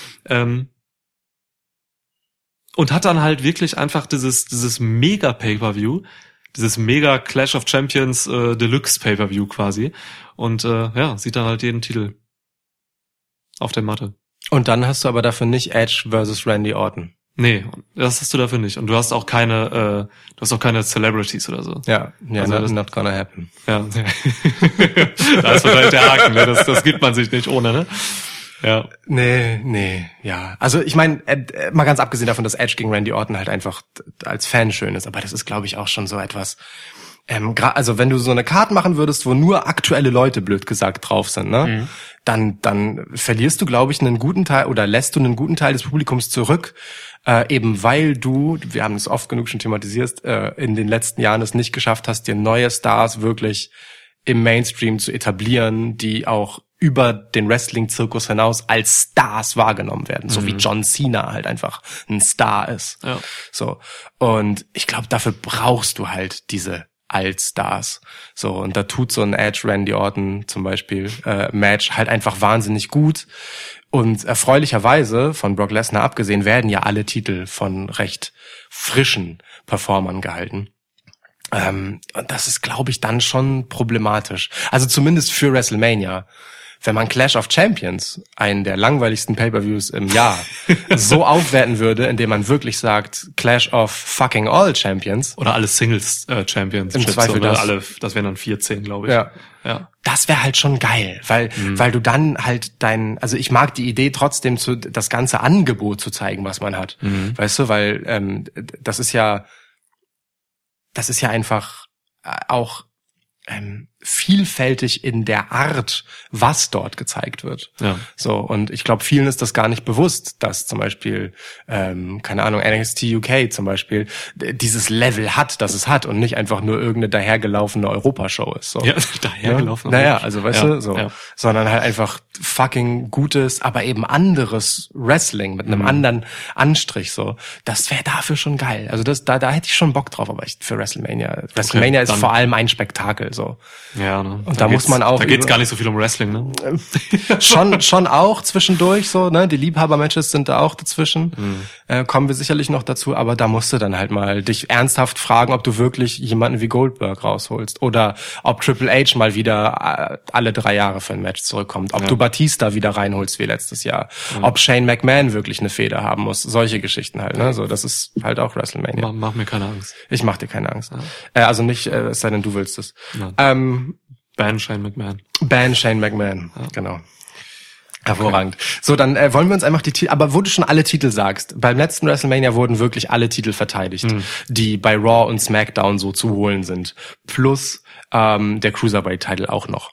Und hat dann halt wirklich einfach dieses mega Pay-Per-View, dieses mega Clash of Champions Deluxe Pay-Per-View quasi. Und sieht dann halt jeden Titel auf der Matte. Und dann hast du aber dafür nicht Edge versus Randy Orton. Nee, das hast du dafür nicht. Und du hast auch keine Celebrities oder so. Ja, Also not gonna happen. Ja. Da ist wahrscheinlich der Haken, ne? Das gibt man sich nicht ohne, ne? Ja. Nee, ja. Also ich meine, mal ganz abgesehen davon, dass Edge gegen Randy Orton halt einfach als Fan schön ist, aber das ist, glaube ich, auch schon so etwas. Also wenn du so eine Card machen würdest, wo nur aktuelle Leute, blöd gesagt, drauf sind, ne, dann verlierst du, glaube ich, einen guten Teil oder lässt du einen guten Teil des Publikums zurück, eben weil du, wir haben es oft genug schon thematisiert, in den letzten Jahren es nicht geschafft hast, dir neue Stars wirklich im Mainstream zu etablieren, die auch über den Wrestling-Zirkus hinaus als Stars wahrgenommen werden, so wie John Cena halt einfach ein Star ist. Ja. So. Und ich glaube, dafür brauchst du halt diese Altstars. So, und da tut so ein Edge Randy Orton zum Beispiel Match halt einfach wahnsinnig gut. Und erfreulicherweise, von Brock Lesnar abgesehen, werden ja alle Titel von recht frischen Performern gehalten. Und das ist, glaube ich, dann schon problematisch. Also zumindest für WrestleMania. wenn man Clash of Champions, einen der langweiligsten Pay-Per-Views im Jahr, so aufwerten würde, indem man wirklich sagt, Clash of fucking all Champions. Oder alle Singles Champions. Im Zweifel das. Das wären dann 14, glaube ich. Ja. Das wäre halt schon geil, weil du dann halt also ich mag die Idee trotzdem, das ganze Angebot zu zeigen, was man hat. Weißt du, weil das ist ja einfach auch vielfältig in der Art, was dort gezeigt wird. Ja. So, und ich glaube, vielen ist das gar nicht bewusst, dass zum Beispiel, keine Ahnung, NXT UK zum Beispiel dieses Level hat, das es hat und nicht einfach nur irgendeine dahergelaufene Europashow ist. So. Ja, dahergelaufene. Naja, also weißt du, so. Ja. Sondern halt einfach fucking gutes, aber eben anderes Wrestling mit einem anderen Anstrich, so. Das wäre dafür schon geil. Also da hätte ich schon Bock drauf, aber für WrestleMania. WrestleMania ist vor allem ein Spektakel, so. Ja, ne? Und da muss man auch. Da geht's gar nicht so viel um Wrestling, ne? Schon auch zwischendurch so, ne? Die Liebhaber-Matches sind da auch dazwischen. Kommen wir sicherlich noch dazu, aber da musst du dann halt mal dich ernsthaft fragen, ob du wirklich jemanden wie Goldberg rausholst oder ob Triple H mal wieder alle 3 Jahre für ein Match zurückkommt, ob du Batista wieder reinholst wie letztes Jahr, ob Shane McMahon wirklich eine Fehde haben muss, solche Geschichten halt, ne? So, das ist halt auch WrestleMania. Mach mir keine Angst. Ich mach dir keine Angst. Also nicht, es sei denn, du willst es. Ban Shane McMahon. Ban Shane McMahon, genau. Hervorragend. Okay. So, dann wollen wir uns einfach die Titel, aber wo du schon alle Titel sagst, beim letzten WrestleMania wurden wirklich alle Titel verteidigt, die bei Raw und SmackDown so zu holen sind. Plus der Cruiserweight-Titel auch noch.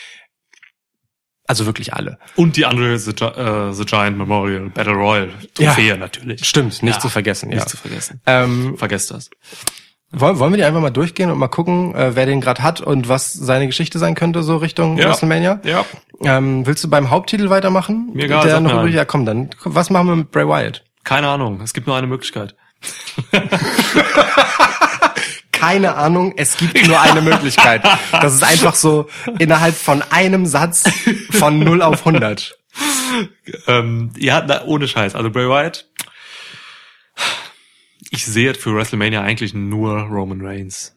Also wirklich alle. Und die Andre the Giant Memorial Battle Royal Trophäe natürlich. Stimmt, nicht zu vergessen. Nicht zu vergessen. Vergesst das. Wollen wir die einfach mal durchgehen und mal gucken, wer den gerade hat und was seine Geschichte sein könnte, so Richtung WrestleMania? Ja. Willst du beim Haupttitel weitermachen? Mir egal. Ja, komm, dann. Was machen wir mit Bray Wyatt? Keine Ahnung. Es gibt nur eine Möglichkeit. Keine Ahnung, es gibt nur eine Möglichkeit. Das ist einfach so innerhalb von einem Satz von 0 auf 100. Ohne Scheiß. Also Bray Wyatt, ich sehe für WrestleMania eigentlich nur Roman Reigns.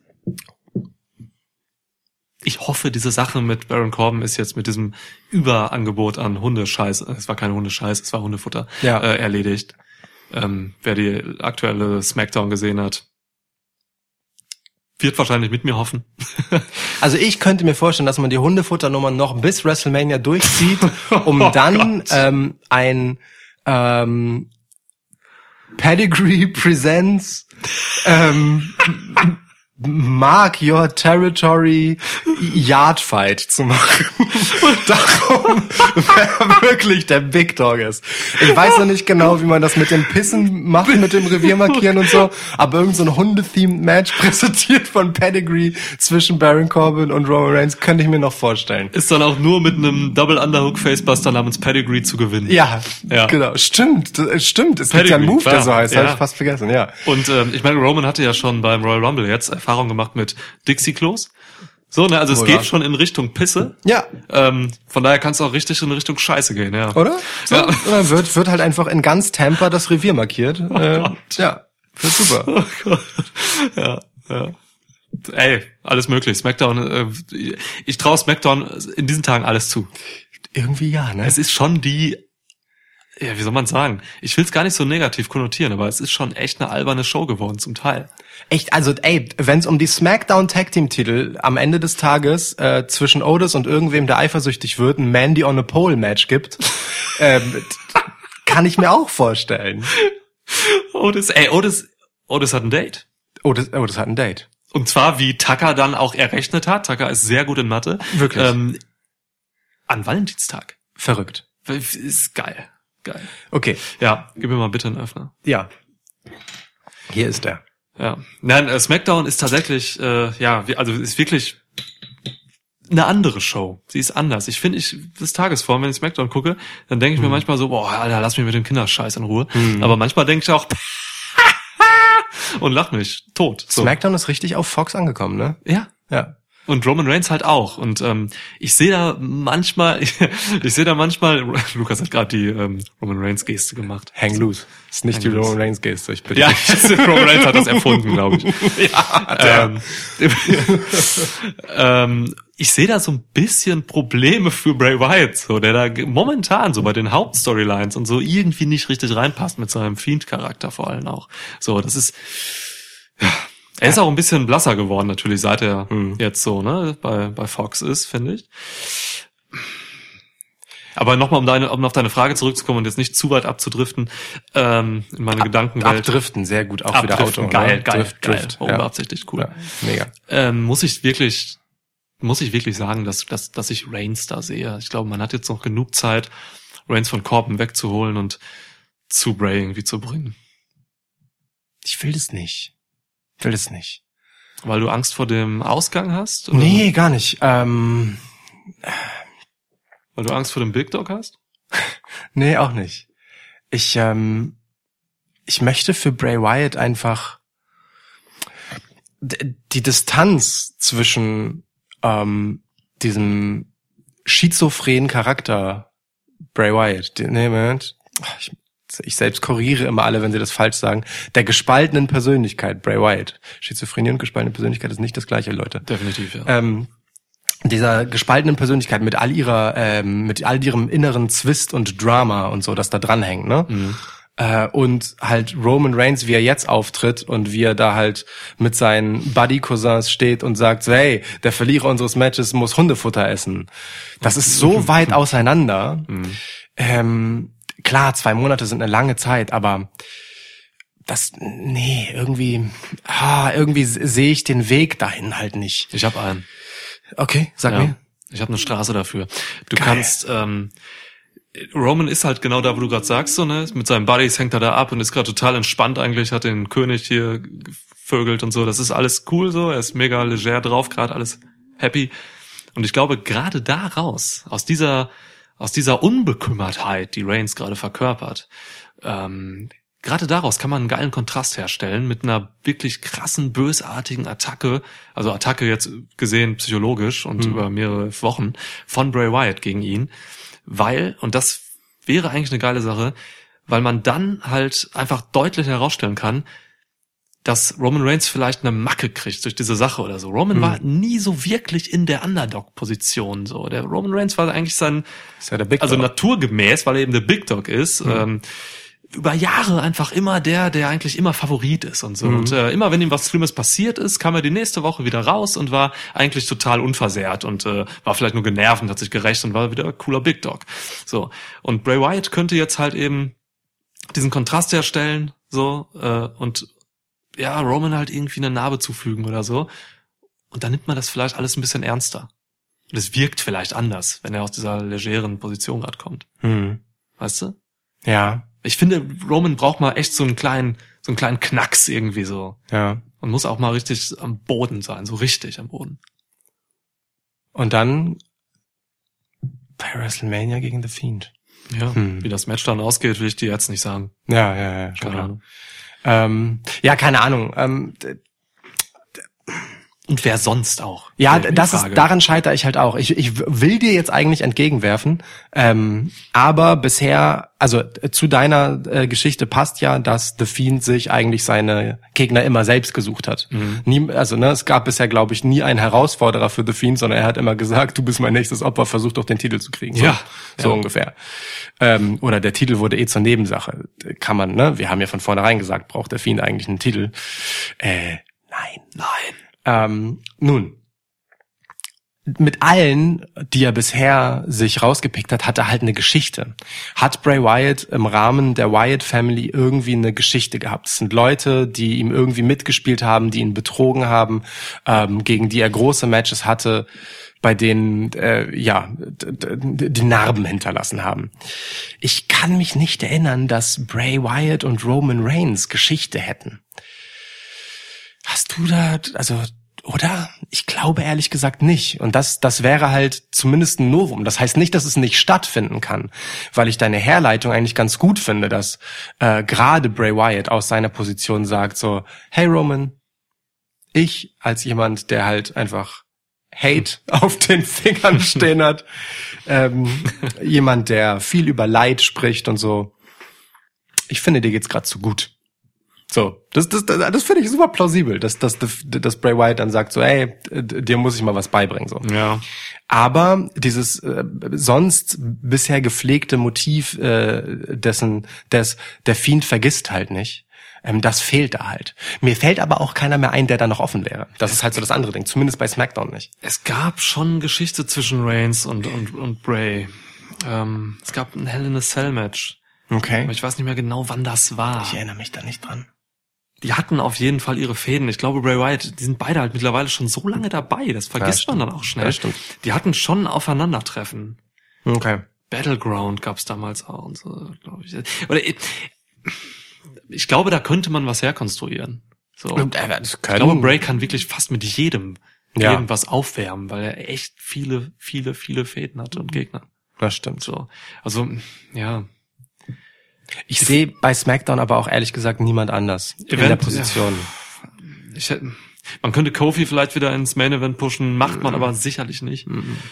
Ich hoffe, diese Sache mit Baron Corbin ist jetzt mit diesem Überangebot an Hundescheiß, es war kein Hundescheiß, es war Hundefutter, erledigt. Wer die aktuelle SmackDown gesehen hat, wird wahrscheinlich mit mir hoffen. Also ich könnte mir vorstellen, dass man die Hundefutternummer noch bis WrestleMania durchzieht, um dann ein Pedigree Presents Mark Your Territory Yard Fight zu machen. Darum, wer wirklich der Big Dog ist. Ich weiß noch nicht genau, wie man das mit dem Pissen macht, mit dem Revier markieren und so, aber irgend so ein Hunde-themed Match präsentiert von Pedigree zwischen Baron Corbin und Roman Reigns könnte ich mir noch vorstellen. Ist dann auch nur mit einem Double Underhook Facebuster namens Pedigree zu gewinnen. Ja. Genau. Stimmt. Es gibt ja einen Move, der so heißt. Habe ich fast vergessen, ja. Und ich meine, Roman hatte ja schon beim Royal Rumble jetzt Erfahrung gemacht mit Dixie-Klos. So, ne, also es geht schon in Richtung Pisse. Ja. Von daher kann es auch richtig in Richtung Scheiße gehen, ja. Oder? So, ja. Oder wird halt einfach in ganz Tampa das Revier markiert. Ja, wird super. Oh Gott. Ja. Ey, alles möglich. SmackDown, ich traue SmackDown in diesen Tagen alles zu. Irgendwie ja, ne? Es ist schon wie soll man sagen? Ich will es gar nicht so negativ konnotieren, aber es ist schon echt eine alberne Show geworden zum Teil. Echt, also wenn es um die SmackDown Tag Team Titel am Ende des Tages zwischen Otis und irgendwem, der eifersüchtig wird, ein Mandy on a Pole Match gibt, kann ich mir auch vorstellen. Otis hat ein Date. Otis hat ein Date. Und zwar, wie Tucker dann auch errechnet hat. Tucker ist sehr gut in Mathe. Wirklich. An Valentinstag. Verrückt. Ist geil. Okay. Ja, gib mir mal bitte einen Öffner. Ja. Hier ist der. Ja. Nein, SmackDown ist tatsächlich, ist wirklich eine andere Show. Sie ist anders. Ich finde, das Tagesform, wenn ich SmackDown gucke, dann denke ich mir manchmal so, boah, Alter, lass mich mit dem Kinderscheiß in Ruhe. Aber manchmal denke ich auch und lach mich tot. So. SmackDown ist richtig auf Fox angekommen, ne? Ja. Ja. Und Roman Reigns halt auch. Und ich sehe da manchmal, Lukas hat gerade die Roman Reigns Geste gemacht. Hang loose. Das ist nicht die Roman Reigns Geste, ich bitte. Ja, Roman Reigns hat das erfunden, glaube ich. Ich sehe da so ein bisschen Probleme für Bray Wyatt, so, der da momentan so bei den Hauptstorylines und so irgendwie nicht richtig reinpasst mit seinem Fiend-Charakter vor allem auch. So, das ist, ja. Er ist auch ein bisschen blasser geworden, natürlich, seit er jetzt so, ne, bei Fox ist, finde ich. Aber nochmal, um auf deine Frage zurückzukommen und jetzt nicht zu weit abzudriften, in meine Gedankenwelt. Abdriften, sehr gut, auch wieder Auto. Geil, ne? geil. Unbeabsichtigt, cool. Ja, mega. Muss ich wirklich sagen, dass ich Reigns da sehe. Ich glaube, man hat jetzt noch genug Zeit, Reigns von Corbin wegzuholen und zu Bray irgendwie zu bringen. Ich will das nicht. Weil du Angst vor dem Ausgang hast? Oder? Nee, gar nicht. Weil du Angst vor dem Big Dog hast? Nee, auch nicht. Ich möchte für Bray Wyatt einfach die Distanz zwischen diesem schizophrenen Charakter Bray Wyatt, ich selbst korrigiere immer alle, wenn sie das falsch sagen, der gespaltenen Persönlichkeit Bray Wyatt. Schizophrenie und gespaltene Persönlichkeit ist nicht das gleiche, Leute. Definitiv, ja. Dieser gespaltenen Persönlichkeit mit all ihrem inneren Zwist und Drama und so, das da dranhängt, ne? Mhm. Und halt Roman Reigns, wie er jetzt auftritt und wie er da halt mit seinen Buddy-Cousins steht und sagt, so, hey, der Verlierer unseres Matches muss Hundefutter essen. Das ist so weit auseinander. Mhm. Klar, 2 Monate sind eine lange Zeit, aber irgendwie sehe ich den Weg dahin halt nicht. Ich habe einen. Okay, sag mir. Ich habe eine Straße dafür. Du kannst, Roman ist halt genau da, wo du gerade sagst, so, ne? Mit seinen Buddies hängt er da ab und ist gerade total entspannt eigentlich, hat den König hier gevögelt und so. Das ist alles cool so, er ist mega leger drauf, gerade alles happy. Und ich glaube, gerade da raus, aus dieser Unbekümmertheit, die Reigns gerade verkörpert, gerade daraus kann man einen geilen Kontrast herstellen mit einer wirklich krassen, bösartigen Attacke, also Attacke jetzt gesehen psychologisch und über mehrere Wochen von Bray Wyatt gegen ihn, weil, und das wäre eigentlich eine geile Sache, weil man dann halt einfach deutlich herausstellen kann, dass Roman Reigns vielleicht eine Macke kriegt durch diese Sache oder so. Roman war nie so wirklich in der Underdog-Position, so. Der Roman Reigns war eigentlich naturgemäß, weil er eben der Big Dog ist, über Jahre einfach immer der eigentlich immer Favorit ist und so. Und immer wenn ihm was Schlimmes passiert ist, kam er die nächste Woche wieder raus und war eigentlich total unversehrt und war vielleicht nur genervt und hat sich gerächt und war wieder ein cooler Big Dog. So. Und Bray Wyatt könnte jetzt halt eben diesen Kontrast herstellen, so, und ja, Roman halt irgendwie eine Narbe zufügen oder so. Und dann nimmt man das vielleicht alles ein bisschen ernster. Und es wirkt vielleicht anders, wenn er aus dieser legeren Position gerade kommt. Weißt du? Ja. Ich finde, Roman braucht mal echt so einen kleinen Knacks irgendwie so. Ja. Und muss auch mal richtig am Boden sein, so richtig am Boden. Und dann bei WrestleMania gegen The Fiend. Ja, wie das Match dann ausgeht, will ich dir jetzt nicht sagen. Ja, schon keine Ahnung. Keine Ahnung. Und wer sonst auch? Ja, daran scheitere ich halt auch. Ich will dir jetzt eigentlich entgegenwerfen, aber bisher, also zu deiner Geschichte passt ja, dass The Fiend sich eigentlich seine Gegner immer selbst gesucht hat. Es gab bisher, glaube ich, nie einen Herausforderer für The Fiend, sondern er hat immer gesagt, du bist mein nächstes Opfer, versuch doch den Titel zu kriegen. So ungefähr. Oder der Titel wurde zur Nebensache. Kann man, ne? Wir haben ja von vornherein gesagt, braucht der Fiend eigentlich einen Titel? Nein. Nun, mit allen, die er bisher sich rausgepickt hat er halt eine Geschichte. Hat Bray Wyatt im Rahmen der Wyatt Family irgendwie eine Geschichte gehabt? Es sind Leute, die ihm irgendwie mitgespielt haben, die ihn betrogen haben, gegen die er große Matches hatte, bei denen, die Narben hinterlassen haben. Ich kann mich nicht erinnern, dass Bray Wyatt und Roman Reigns Geschichte hätten. Hast du da, oder? Ich glaube ehrlich gesagt nicht. Und das wäre halt zumindest ein Novum. Das heißt nicht, dass es nicht stattfinden kann, weil ich deine Herleitung eigentlich ganz gut finde, dass gerade Bray Wyatt aus seiner Position sagt so, hey Roman, ich als jemand, der halt einfach Hate auf den Fingern stehen hat. Jemand, der viel über Leid spricht und so. Ich finde, dir geht's gerade zu gut. So, das finde ich super plausibel, dass Bray Wyatt dann sagt so, hey, dir muss ich mal was beibringen, so. Ja. Aber dieses sonst bisher gepflegte Motiv der Fiend vergisst halt nicht. Das fehlt da halt. Mir fällt aber auch keiner mehr ein, der da noch offen wäre. Das ist halt so das andere Ding, zumindest bei SmackDown nicht. Es gab schon Geschichte zwischen Reigns und Bray. Es gab ein Hell in a Cell Match. Okay. Aber ich weiß nicht mehr genau, wann das war. Ich erinnere mich da nicht dran. Die hatten auf jeden Fall ihre Fäden. Ich glaube, Bray Wyatt, die sind beide halt mittlerweile schon so lange dabei. Das vergisst man dann auch schnell. Ja, stimmt. Die hatten schon Aufeinandertreffen. Okay. Battleground gab's damals auch und so, glaube ich. Oder ich glaube, da könnte man was herkonstruieren. So. Ich glaube, Bray kann wirklich fast mit jedem was aufwärmen, weil er echt viele Fäden hatte und Gegner. Das stimmt. So. Also, ja. Ich sehe bei SmackDown aber auch ehrlich gesagt niemand anders in der Position. Man könnte Kofi vielleicht wieder ins Main Event pushen, macht man aber sicherlich nicht.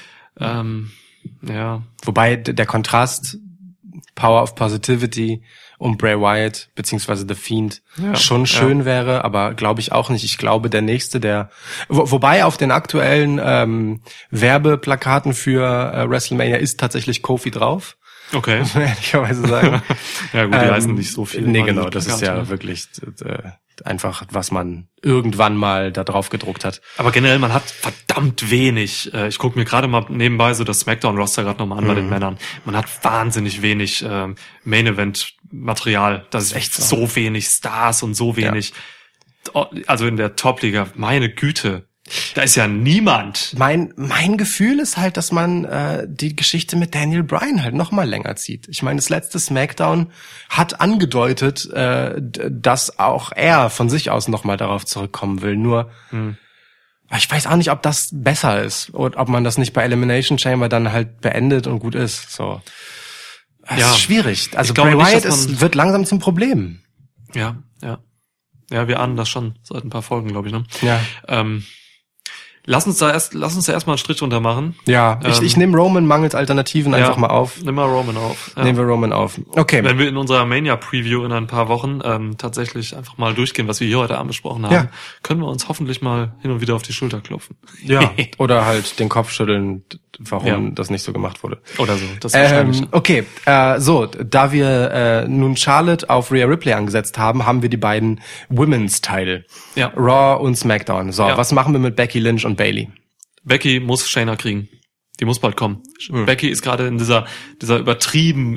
Ja. Wobei der Kontrast Power of Positivity und Bray Wyatt beziehungsweise The Fiend schon schön wäre, aber glaube ich auch nicht. Ich glaube, der nächste, wobei auf den aktuellen Werbeplakaten für WrestleMania ist tatsächlich Kofi drauf. Okay. Muss man ehrlicherweise sagen. Ja gut, die heißen nicht so viel. Nee, genau, das ist ja wirklich einfach, was man irgendwann mal da drauf gedruckt hat. Aber generell, man hat verdammt wenig. Ich gucke mir gerade mal nebenbei so das SmackDown-Roster gerade nochmal an bei den Männern. Man hat wahnsinnig wenig Main-Event-Material. Das ist echt so wenig Stars und so wenig. Ja. Also in der Top-Liga, meine Güte. Da ist ja niemand. Mein Gefühl ist halt, dass man die Geschichte mit Daniel Bryan halt noch mal länger zieht. Ich meine, das letzte SmackDown hat angedeutet, dass auch er von sich aus noch mal darauf zurückkommen will. Nur ich weiß auch nicht, ob das besser ist oder ob man das nicht bei Elimination Chamber dann halt beendet und gut ist. So, das ist schwierig. Also Bray Wyatt wird langsam zum Problem. Ja, wir ahnen das schon seit ein paar Folgen, glaube ich, ne? Ja. Lass uns da erstmal einen Strich drunter machen. Ja, ich nehme Roman mangels Alternativen einfach mal auf. Nimm mal Roman auf. Ja. Nehmen wir Roman auf. Okay. Wenn wir in unserer Mania-Preview in ein paar Wochen tatsächlich einfach mal durchgehen, was wir hier heute Abend besprochen haben, können wir uns hoffentlich mal hin und wieder auf die Schulter klopfen. Ja, oder halt den Kopf schütteln, warum das nicht so gemacht wurde. Oder so, das ist wahrscheinlich. Okay, da wir nun Charlotte auf Rhea Ripley angesetzt haben, haben wir die beiden Women's-Title. Ja. Raw und SmackDown. So, was machen wir mit Becky Lynch und Bayley? Becky muss Shayna kriegen. Die muss bald kommen. Becky ist gerade in dieser übertrieben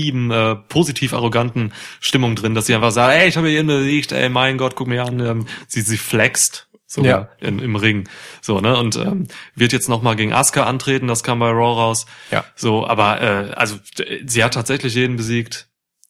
positiv arroganten Stimmung drin, dass sie einfach sagt, ey, ich habe hier besiegt, ey, mein Gott, guck mir an, sie flext sogar im Ring. So, ne? Und wird jetzt nochmal gegen Asuka antreten, das kam bei Raw raus. Ja. So, aber also sie hat tatsächlich jeden besiegt.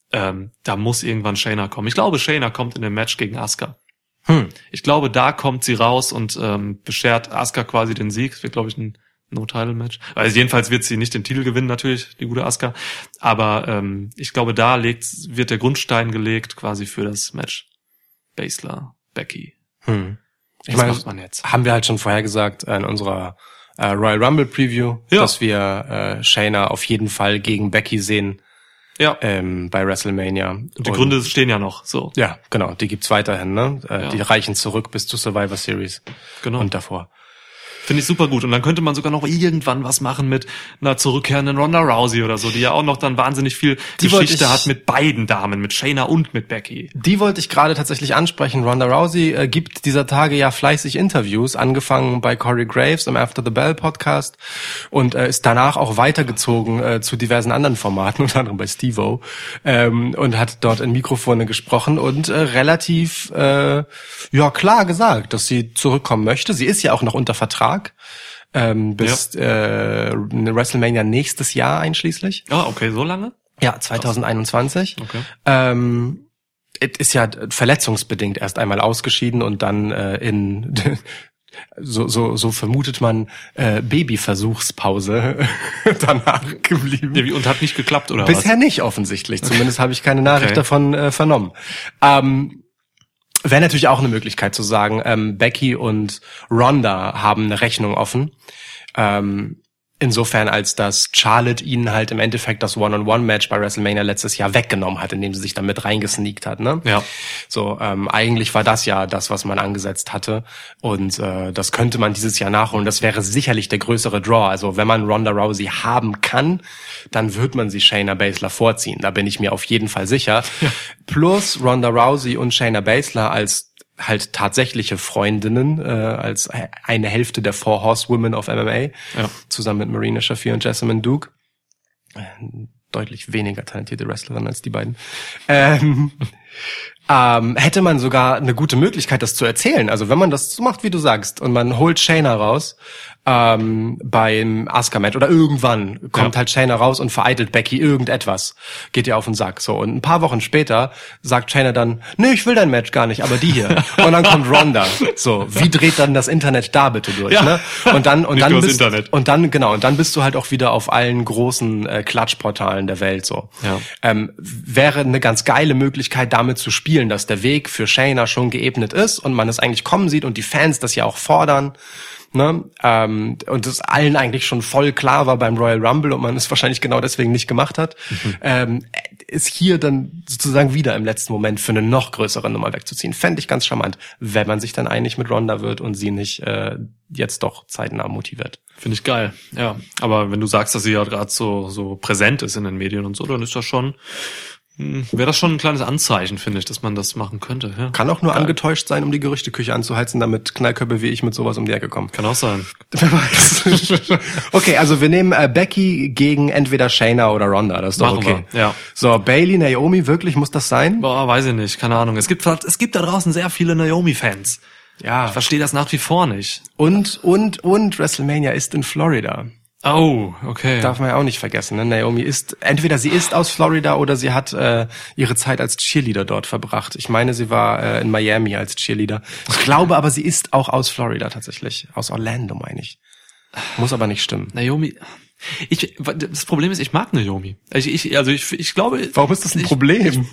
Da muss irgendwann Shayna kommen. Ich glaube, Shayna kommt in dem Match gegen Asuka. Ich glaube, da kommt sie raus und beschert Asuka quasi den Sieg. Es wird, glaube ich, ein No-Title-Match. Also jedenfalls wird sie nicht den Titel gewinnen, natürlich, die gute Asuka. Aber ich glaube, da wird der Grundstein gelegt quasi für das Match Baszler, Becky. Ich meine, macht man jetzt? Haben wir halt schon vorher gesagt in unserer Royal Rumble Preview, dass wir Shayna auf jeden Fall gegen Becky sehen. Ja. Bei WrestleMania. Und die Gründe stehen ja noch, so. Ja, genau. Die gibt's weiterhin, ne? Die reichen zurück bis zur Survivor Series. Genau. Und davor. Finde ich super gut. Und dann könnte man sogar noch irgendwann was machen mit einer zurückkehrenden Ronda Rousey oder so, die ja auch noch dann wahnsinnig viel Geschichte hat mit beiden Damen, mit Shayna und mit Becky. Die wollte ich gerade tatsächlich ansprechen. Ronda Rousey gibt dieser Tage ja fleißig Interviews, angefangen bei Corey Graves im After the Bell Podcast und ist danach auch weitergezogen zu diversen anderen Formaten, unter anderem bei Steve-O, und hat dort in Mikrofone gesprochen und relativ klar gesagt, dass sie zurückkommen möchte. Sie ist ja auch noch unter Vertrag. Bis WrestleMania nächstes Jahr einschließlich. Ah, okay, so lange? Ja, 2021. Okay. Ist ja verletzungsbedingt erst einmal ausgeschieden und dann so vermutet man Babyversuchspause danach geblieben. Und hat nicht geklappt, oder Bisher was? Nicht offensichtlich. Zumindest habe ich keine Nachricht davon vernommen. Wäre natürlich auch eine Möglichkeit zu sagen, Becky und Ronda haben eine Rechnung offen. Insofern, als dass Charlotte ihnen halt im Endeffekt das One-on-One-Match bei WrestleMania letztes Jahr weggenommen hat, indem sie sich dann mit reingesneakt hat, ne? Ja. So, eigentlich war das ja das, was man angesetzt hatte. Und das könnte man dieses Jahr nachholen. Das wäre sicherlich der größere Draw. Also wenn man Ronda Rousey haben kann, dann wird man sie Shayna Baszler vorziehen. Da bin ich mir auf jeden Fall sicher. Ja. Plus Ronda Rousey und Shayna Baszler als halt tatsächliche Freundinnen, als eine Hälfte der Four Horsewomen of MMA, zusammen mit Marina Shafir und Jessamine Duke. Deutlich weniger talentierte Wrestlerin als die beiden. Hätte man sogar eine gute Möglichkeit, das zu erzählen. Also wenn man das so macht, wie du sagst, und man holt Shayna raus, beim Asuka-Match oder irgendwann kommt halt Shayna raus und vereitelt Becky irgendetwas. Geht ihr auf den Sack. So, und ein paar Wochen später sagt Shayna dann, nee, ich will dein Match gar nicht, aber die hier. Und dann kommt Ronda. So, wie dreht dann das Internet da bitte durch, ne? Und dann bist du halt auch wieder auf allen großen Klatschportalen der Welt, so. Ja. Wäre eine ganz geile Möglichkeit, damit zu spielen, dass der Weg für Shayna schon geebnet ist und man es eigentlich kommen sieht und die Fans das ja auch fordern. Ne? Und es allen eigentlich schon voll klar war beim Royal Rumble und man es wahrscheinlich genau deswegen nicht gemacht hat, ist hier dann sozusagen wieder im letzten Moment für eine noch größere Nummer wegzuziehen. Fände ich ganz charmant, wenn man sich dann einig mit Ronda wird und sie nicht jetzt doch zeitnah motiviert. Finde ich geil, ja. Aber wenn du sagst, dass sie ja gerade so präsent ist in den Medien und so, dann ist das schon... Wäre das schon ein kleines Anzeichen, finde ich, dass man das machen könnte. Ja. Kann auch nur angetäuscht sein, um die Gerüchteküche anzuheizen, damit Knallköpfe wie ich mit sowas um die Ecke kommen. Kann auch sein. Wer weiß. Okay, also wir nehmen Becky gegen entweder Shayna oder Ronda. Das ist doch Machen okay. Wir. Ja. So, Bayley, Naomi, wirklich, muss das sein? Boah, weiß ich nicht, keine Ahnung. Es gibt da draußen sehr viele Naomi-Fans. Ja. Ich verstehe das nach wie vor nicht. Und WrestleMania ist in Florida. Oh, okay. Darf man ja auch nicht vergessen, ne? Naomi ist, entweder sie ist aus Florida oder sie hat ihre Zeit als Cheerleader dort verbracht. Ich meine, sie war in Miami als Cheerleader. Ich glaube aber, sie ist auch aus Florida tatsächlich. Aus Orlando, meine ich. Muss aber nicht stimmen. Naomi... Das Problem ist, ich mag Naomi. Ich glaube... Warum ist das ein Problem?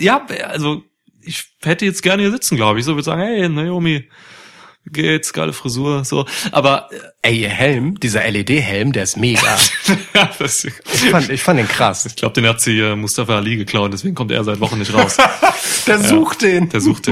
Ich hätte jetzt gerne hier sitzen, glaube ich. So würde sagen, hey, Naomi... geht's, geile Frisur, so. Aber ihr Helm, dieser LED-Helm, der ist mega. Ich fand den krass. Ich glaube, den hat sie Mustafa Ali geklaut, deswegen kommt er seit Wochen nicht raus. Der sucht den.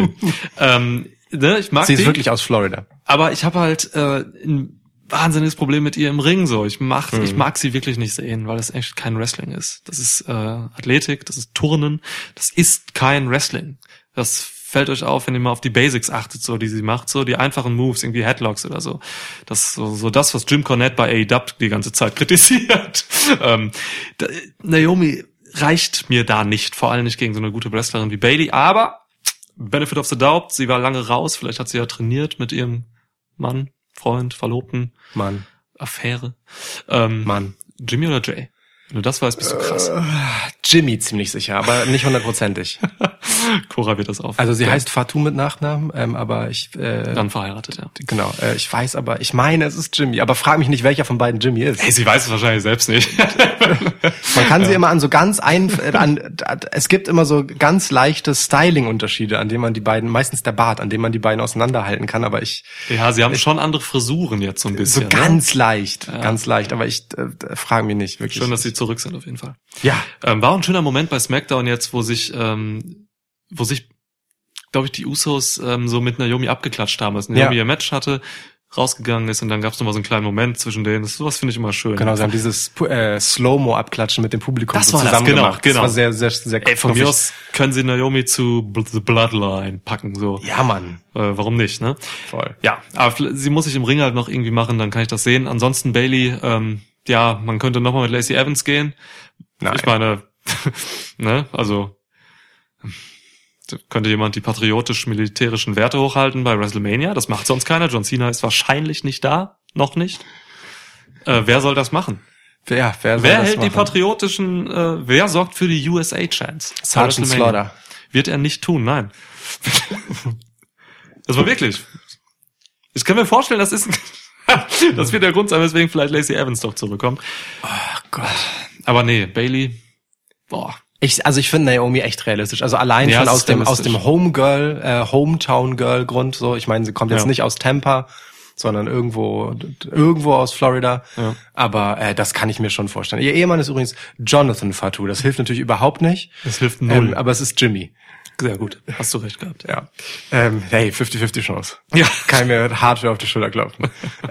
Ich mag sie ist wirklich aus Florida. Aber ich habe halt ein wahnsinniges Problem mit ihr im Ring. So, ich mag sie wirklich nicht sehen, weil das echt kein Wrestling ist. Das ist Athletik, das ist Turnen, das ist kein Wrestling. Das fällt euch auf, wenn ihr mal auf die Basics achtet, so die sie macht, so die einfachen Moves, irgendwie Headlocks oder so. Das so das, was Jim Cornette bei AEW die ganze Zeit kritisiert. Naomi reicht mir da nicht, vor allem nicht gegen so eine gute Wrestlerin wie Bayley, aber Benefit of the Doubt, sie war lange raus, vielleicht hat sie ja trainiert mit ihrem Mann, Freund, Verlobten, Mann, Affäre. Mann. Jimmy oder Jay? Wenn du das weißt, bist du krass. Jimmy ziemlich sicher, aber nicht 100%ig. Cora wird das auf. Also sie heißt Fatou mit Nachnamen, aber ich... Dann verheiratet, ja. Genau, ich weiß aber, ich meine, es ist Jimmy, aber frag mich nicht, welcher von beiden Jimmy ist. Hey, sie weiß es wahrscheinlich selbst nicht. Man kann sie immer an so ganz es gibt immer so ganz leichte Styling-Unterschiede, an denen man die beiden, meistens der Bart, an dem man die beiden auseinanderhalten kann, aber Ja, sie haben schon andere Frisuren jetzt so ein bisschen. So ganz leicht, aber ich frage mich nicht wirklich. Schön, dass sie zurück sind auf jeden Fall. Ja. War auch ein schöner Moment bei SmackDown jetzt, wo sich, glaube ich, die Usos so mit Naomi abgeklatscht haben, als Naomi ihr Match hatte, rausgegangen ist und dann gab es nochmal so einen kleinen Moment zwischen denen. Sowas finde ich immer schön. Genau, sie haben dieses Slow-Mo-Abklatschen mit dem Publikum das so zusammen gemacht. Genau. Das war sehr, sehr, sehr cool. Von mir aus können sie Naomi zu The Bloodline packen. So. Ja, Mann. Warum nicht, ne? Voll. Ja, aber sie muss sich im Ring halt noch irgendwie machen, dann kann ich das sehen. Ansonsten Bayley, man könnte nochmal mit Lacey Evans gehen. Nein. Ich meine, ne, also könnte jemand die patriotisch-militärischen Werte hochhalten bei WrestleMania? Das macht sonst keiner. John Cena ist wahrscheinlich nicht da, noch nicht. Wer soll das machen? Wer hält die patriotischen, wer sorgt für die USA-Chants? Sergeant Slaughter. Wird er nicht tun, nein. Das war wirklich. Ich kann mir vorstellen, das wird der Grund sein, weswegen vielleicht Lacey Evans doch zurückkommt. Oh Gott. Aber nee, Bayley, Ich finde Naomi echt realistisch. Also allein Ja, schon es ist aus dem Hometown Girl Grund so. Ich meine, sie kommt jetzt nicht aus Tampa, sondern irgendwo aus Florida. Ja. Aber das kann ich mir schon vorstellen. Ihr Ehemann ist übrigens Jonathan Fatu. Das hilft natürlich überhaupt nicht. Das hilft null. Aber es ist Jimmy. Sehr gut. Hast du recht gehabt. Ja. Hey, 50-50 Chance. Ja. Kann ich mir hart auf die Schulter klopfen.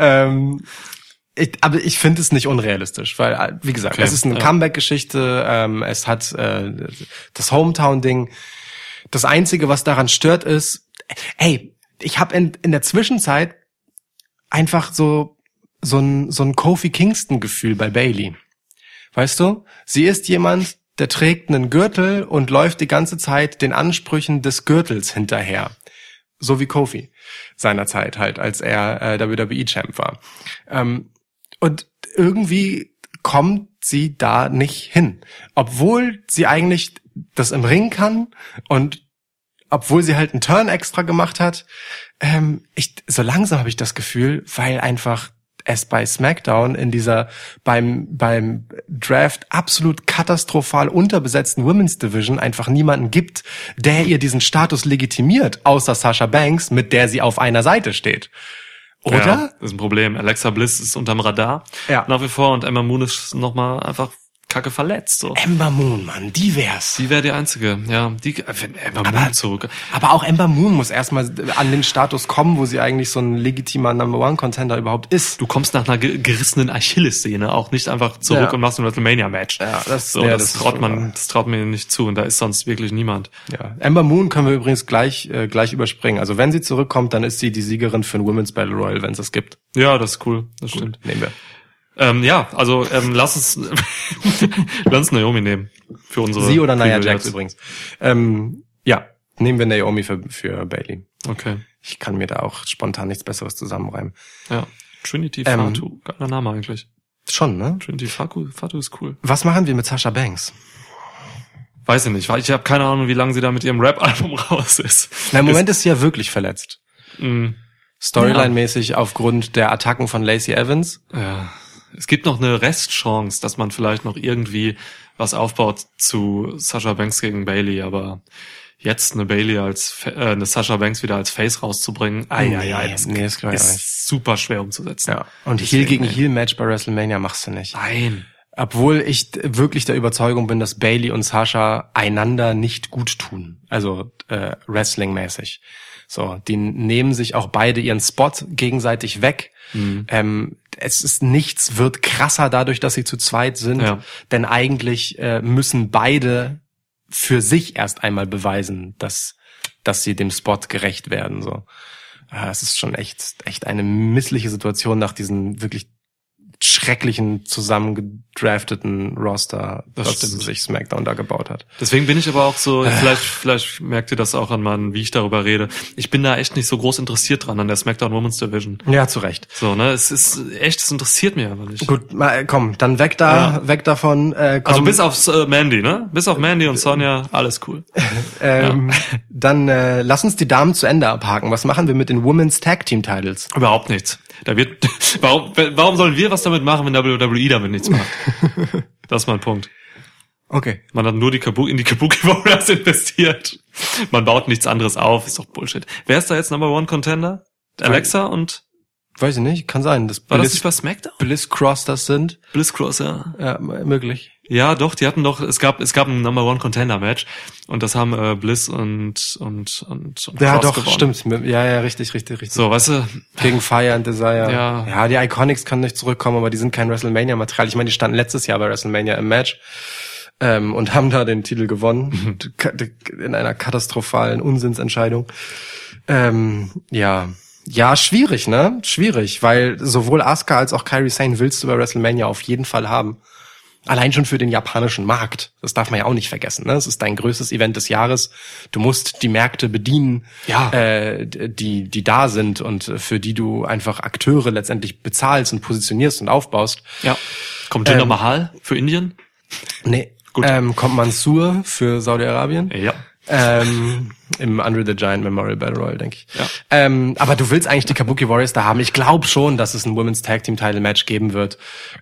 Aber ich finde es nicht unrealistisch, weil, wie gesagt, es ist eine Comeback-Geschichte, es hat das Hometown-Ding. Das Einzige, was daran stört, ist, ich habe in der Zwischenzeit einfach so ein Kofi Kingston-Gefühl bei Bayley. Weißt du? Sie ist jemand, der trägt einen Gürtel und läuft die ganze Zeit den Ansprüchen des Gürtels hinterher. So wie Kofi seinerzeit halt, als er WWE-Champ war. Und irgendwie kommt sie da nicht hin. Obwohl sie eigentlich das im Ring kann und obwohl sie halt einen Turn extra gemacht hat. So langsam habe ich das Gefühl, weil einfach es bei SmackDown in dieser beim Draft absolut katastrophal unterbesetzten Women's Division einfach niemanden gibt, der ihr diesen Status legitimiert, außer Sasha Banks, mit der sie auf einer Seite steht. Oder? Ja, das ist ein Problem. Alexa Bliss ist unterm Radar nach wie vor und Ember Moon ist nochmal einfach kacke verletzt. So. Ember Moon, Mann, die wär's. Die wäre die einzige, ja. Wenn Ember Moon zurück. Aber auch Ember Moon muss erstmal an den Status kommen, wo sie eigentlich so ein legitimer Number-One-Contender überhaupt ist. Du kommst nach einer gerissenen Achillessehne auch nicht einfach zurück und machst ein WrestleMania-Match. Ja, das traut mir nicht zu und da ist sonst wirklich niemand. Ja. Ember Moon können wir übrigens gleich überspringen. Also wenn sie zurückkommt, dann ist sie die Siegerin für ein Women's Battle Royal, wenn es das gibt. Ja, das ist cool. Das stimmt. Nehmen wir. Lass uns Naomi nehmen für unsere. Sie oder Nia Jax übrigens. Nehmen wir Naomi für Bayley. Okay. Ich kann mir da auch spontan nichts Besseres zusammenreimen. Ja. Trinity Fatu, geiler Name eigentlich. Schon, ne? Trinity Fatu ist cool. Was machen wir mit Sasha Banks? Weiß ich nicht, weil ich habe keine Ahnung, wie lange sie da mit ihrem Rap-Album raus ist. Na, im Moment ist sie ja wirklich verletzt. Storyline-mäßig aufgrund der Attacken von Lacey Evans. Ja. Es gibt noch eine Restchance, dass man vielleicht noch irgendwie was aufbaut zu Sasha Banks gegen Bayley, aber jetzt eine Sasha Banks wieder als Face rauszubringen, das ist super schwer umzusetzen. Ja. Und Heel gegen Heel Match bei WrestleMania machst du nicht. Nein. Obwohl ich wirklich der Überzeugung bin, dass Bayley und Sasha einander nicht gut tun. Also Wrestling-mäßig. So, die nehmen sich auch beide ihren Spot gegenseitig weg. Nichts wird krasser dadurch, dass sie zu zweit sind, denn eigentlich müssen beide für sich erst einmal beweisen, dass sie dem Spot gerecht werden. So, es ist schon echt eine missliche Situation nach diesen wirklich schrecklichen zusammengedrafteten Roster, das sich SmackDown da gebaut hat. Deswegen bin ich aber auch so, vielleicht merkt ihr das auch an wie ich darüber rede. Ich bin da echt nicht so groß interessiert dran an der SmackDown Women's Division. Ja, zu Recht. So, ne, es interessiert mich aber nicht. Gut, komm, dann weg davon. Also bis auf Mandy, ne? Bis auf Mandy und Sonja, alles cool. Dann lass uns die Damen zu Ende abhaken. Was machen wir mit den Women's Tag Team Titles? Überhaupt nichts. Warum sollen wir was damit machen, wenn WWE damit nichts macht? Das ist mein Punkt. Okay. Man hat nur in die Kabuki Warriors investiert. Man baut nichts anderes auf. Ist doch Bullshit. Wer ist da jetzt Number One Contender? Alexa und? Weiß ich nicht. Kann sein. War das nicht bei SmackDown? Bliss Cross das sind? Bliss Cross, ja. Ja, möglich. Ja, doch, die hatten doch, es gab ein Number One Contender Match und das haben Bliss und ja, Cross doch, gewonnen. Stimmt. Ja, richtig. So, weißt du, gegen Fire and Desire. Ja, die Iconics können nicht zurückkommen, aber die sind kein WrestleMania-Material. Ich meine, die standen letztes Jahr bei WrestleMania im Match und haben da den Titel gewonnen in einer katastrophalen Unsinnsentscheidung. Ja, schwierig, ne? Schwierig, weil sowohl Asuka als auch Kairi Sane willst du bei WrestleMania auf jeden Fall haben. Allein schon für den japanischen Markt. Das darf man ja auch nicht vergessen, ne? Es ist dein größtes Event des Jahres. Du musst die Märkte bedienen, die da sind und für die du einfach Akteure letztendlich bezahlst und positionierst und aufbaust. Ja. Kommt Jinder Mahal für Indien? Nee. Gut. Kommt Mansour für Saudi-Arabien? Ja. Im Andre the Giant Memorial Battle Royal, denke ich. Ja. Aber du willst eigentlich die Kabuki Warriors da haben. Ich glaube schon, dass es ein Women's Tag Team Title Match geben wird.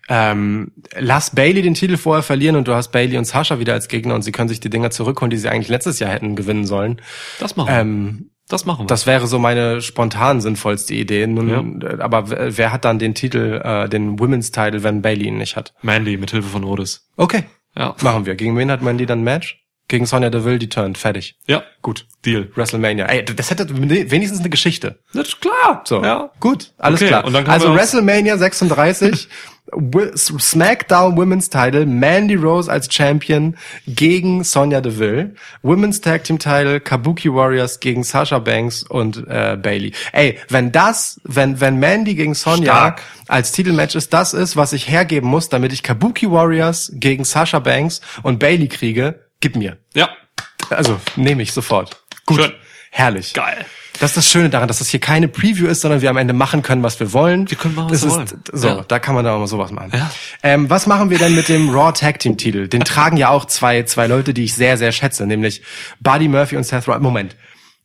Lass Bayley den Titel vorher verlieren und du hast Bayley und Sasha wieder als Gegner und sie können sich die Dinger zurückholen, die sie eigentlich letztes Jahr hätten gewinnen sollen. Das machen wir. Das machen wir. Das wäre so meine spontan sinnvollste Idee. Nun, aber wer hat dann den Titel, den Women's Title, wenn Bayley ihn nicht hat? Mandy mit Hilfe von Otis. Okay. Ja. Machen wir. Gegen wen hat Mandy dann ein Match? Gegen Sonya Deville, die turned. Fertig. Ja. Gut. Deal. WrestleMania. Ey, das hätte wenigstens eine Geschichte. Das ist klar. So. Ja. Gut. Alles Okay, klar. und dann Also wir WrestleMania 36. SmackDown Women's Title, Mandy Rose als Champion gegen Sonya Deville, Women's Tag Team Title, Kabuki Warriors gegen Sasha Banks und Bayley. Ey, wenn Mandy gegen Sonya Stark. als Titelmatch ist, das ist, was ich hergeben muss, damit ich Kabuki Warriors gegen Sasha Banks und Bayley kriege, gib mir. Ja. Also, nehme ich sofort. Gut. Schön. Herrlich. Geil. Das ist das Schöne daran, dass das hier keine Preview ist, sondern wir am Ende machen können, was wir wollen. Wir können machen, was wir wollen. So, Ja. da kann man dann auch mal sowas machen. Ja. Was machen wir denn mit dem Raw Tag Team Titel? Den tragen ja auch zwei Leute, die ich sehr, sehr schätze, nämlich Buddy Murphy und Seth Rollins. Moment.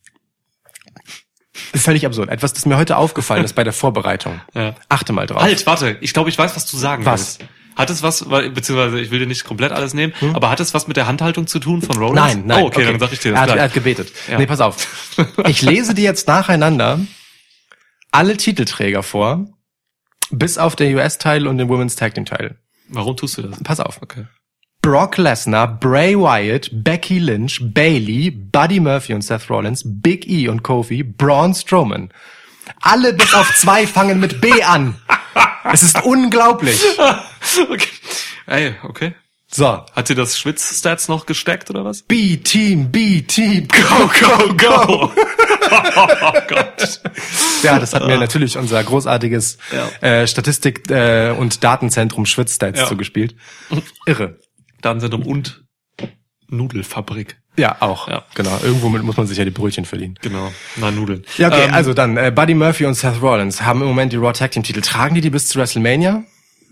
Das ist völlig absurd. Etwas, das mir heute aufgefallen ist bei der Vorbereitung. Ja. Achte mal drauf. Halt, warte. Ich glaube, ich weiß, was du sagen Was? willst. Hat es was, beziehungsweise ich will dir nicht komplett alles nehmen, aber hat es was mit der Handhaltung zu tun von Rollins? Nein. Oh, okay, dann sag ich dir das er gleich. hat gebetet. Ja. Nee, pass auf. Ich lese dir jetzt nacheinander alle Titelträger vor, bis auf den US-Teil und den Women's Tag Team Teil. Warum tust du das? Pass auf. Okay. Brock Lesnar, Bray Wyatt, Becky Lynch, Bayley, Buddy Murphy und Seth Rollins, Big E und Kofi, Braun Strowman. Alle bis auf 2 fangen mit B an. Es ist unglaublich. Okay. Ey, okay. So. Hat sie das Schwitz-Stats noch gesteckt oder was? B-Team, go, go, go. Oh Gott. Ja, das hat mir natürlich unser großartiges Statistik- und Datenzentrum Schwitz-Stats zugespielt. Irre. Datenzentrum und Nudelfabrik. Ja, auch. Ja. Genau. Irgendwo muss man sich ja die Brötchen verdienen. Genau. Na, Nudeln. Ja, okay, also dann, Buddy Murphy und Seth Rollins haben im Moment die Raw Tag Team Titel. Tragen die bis zu WrestleMania?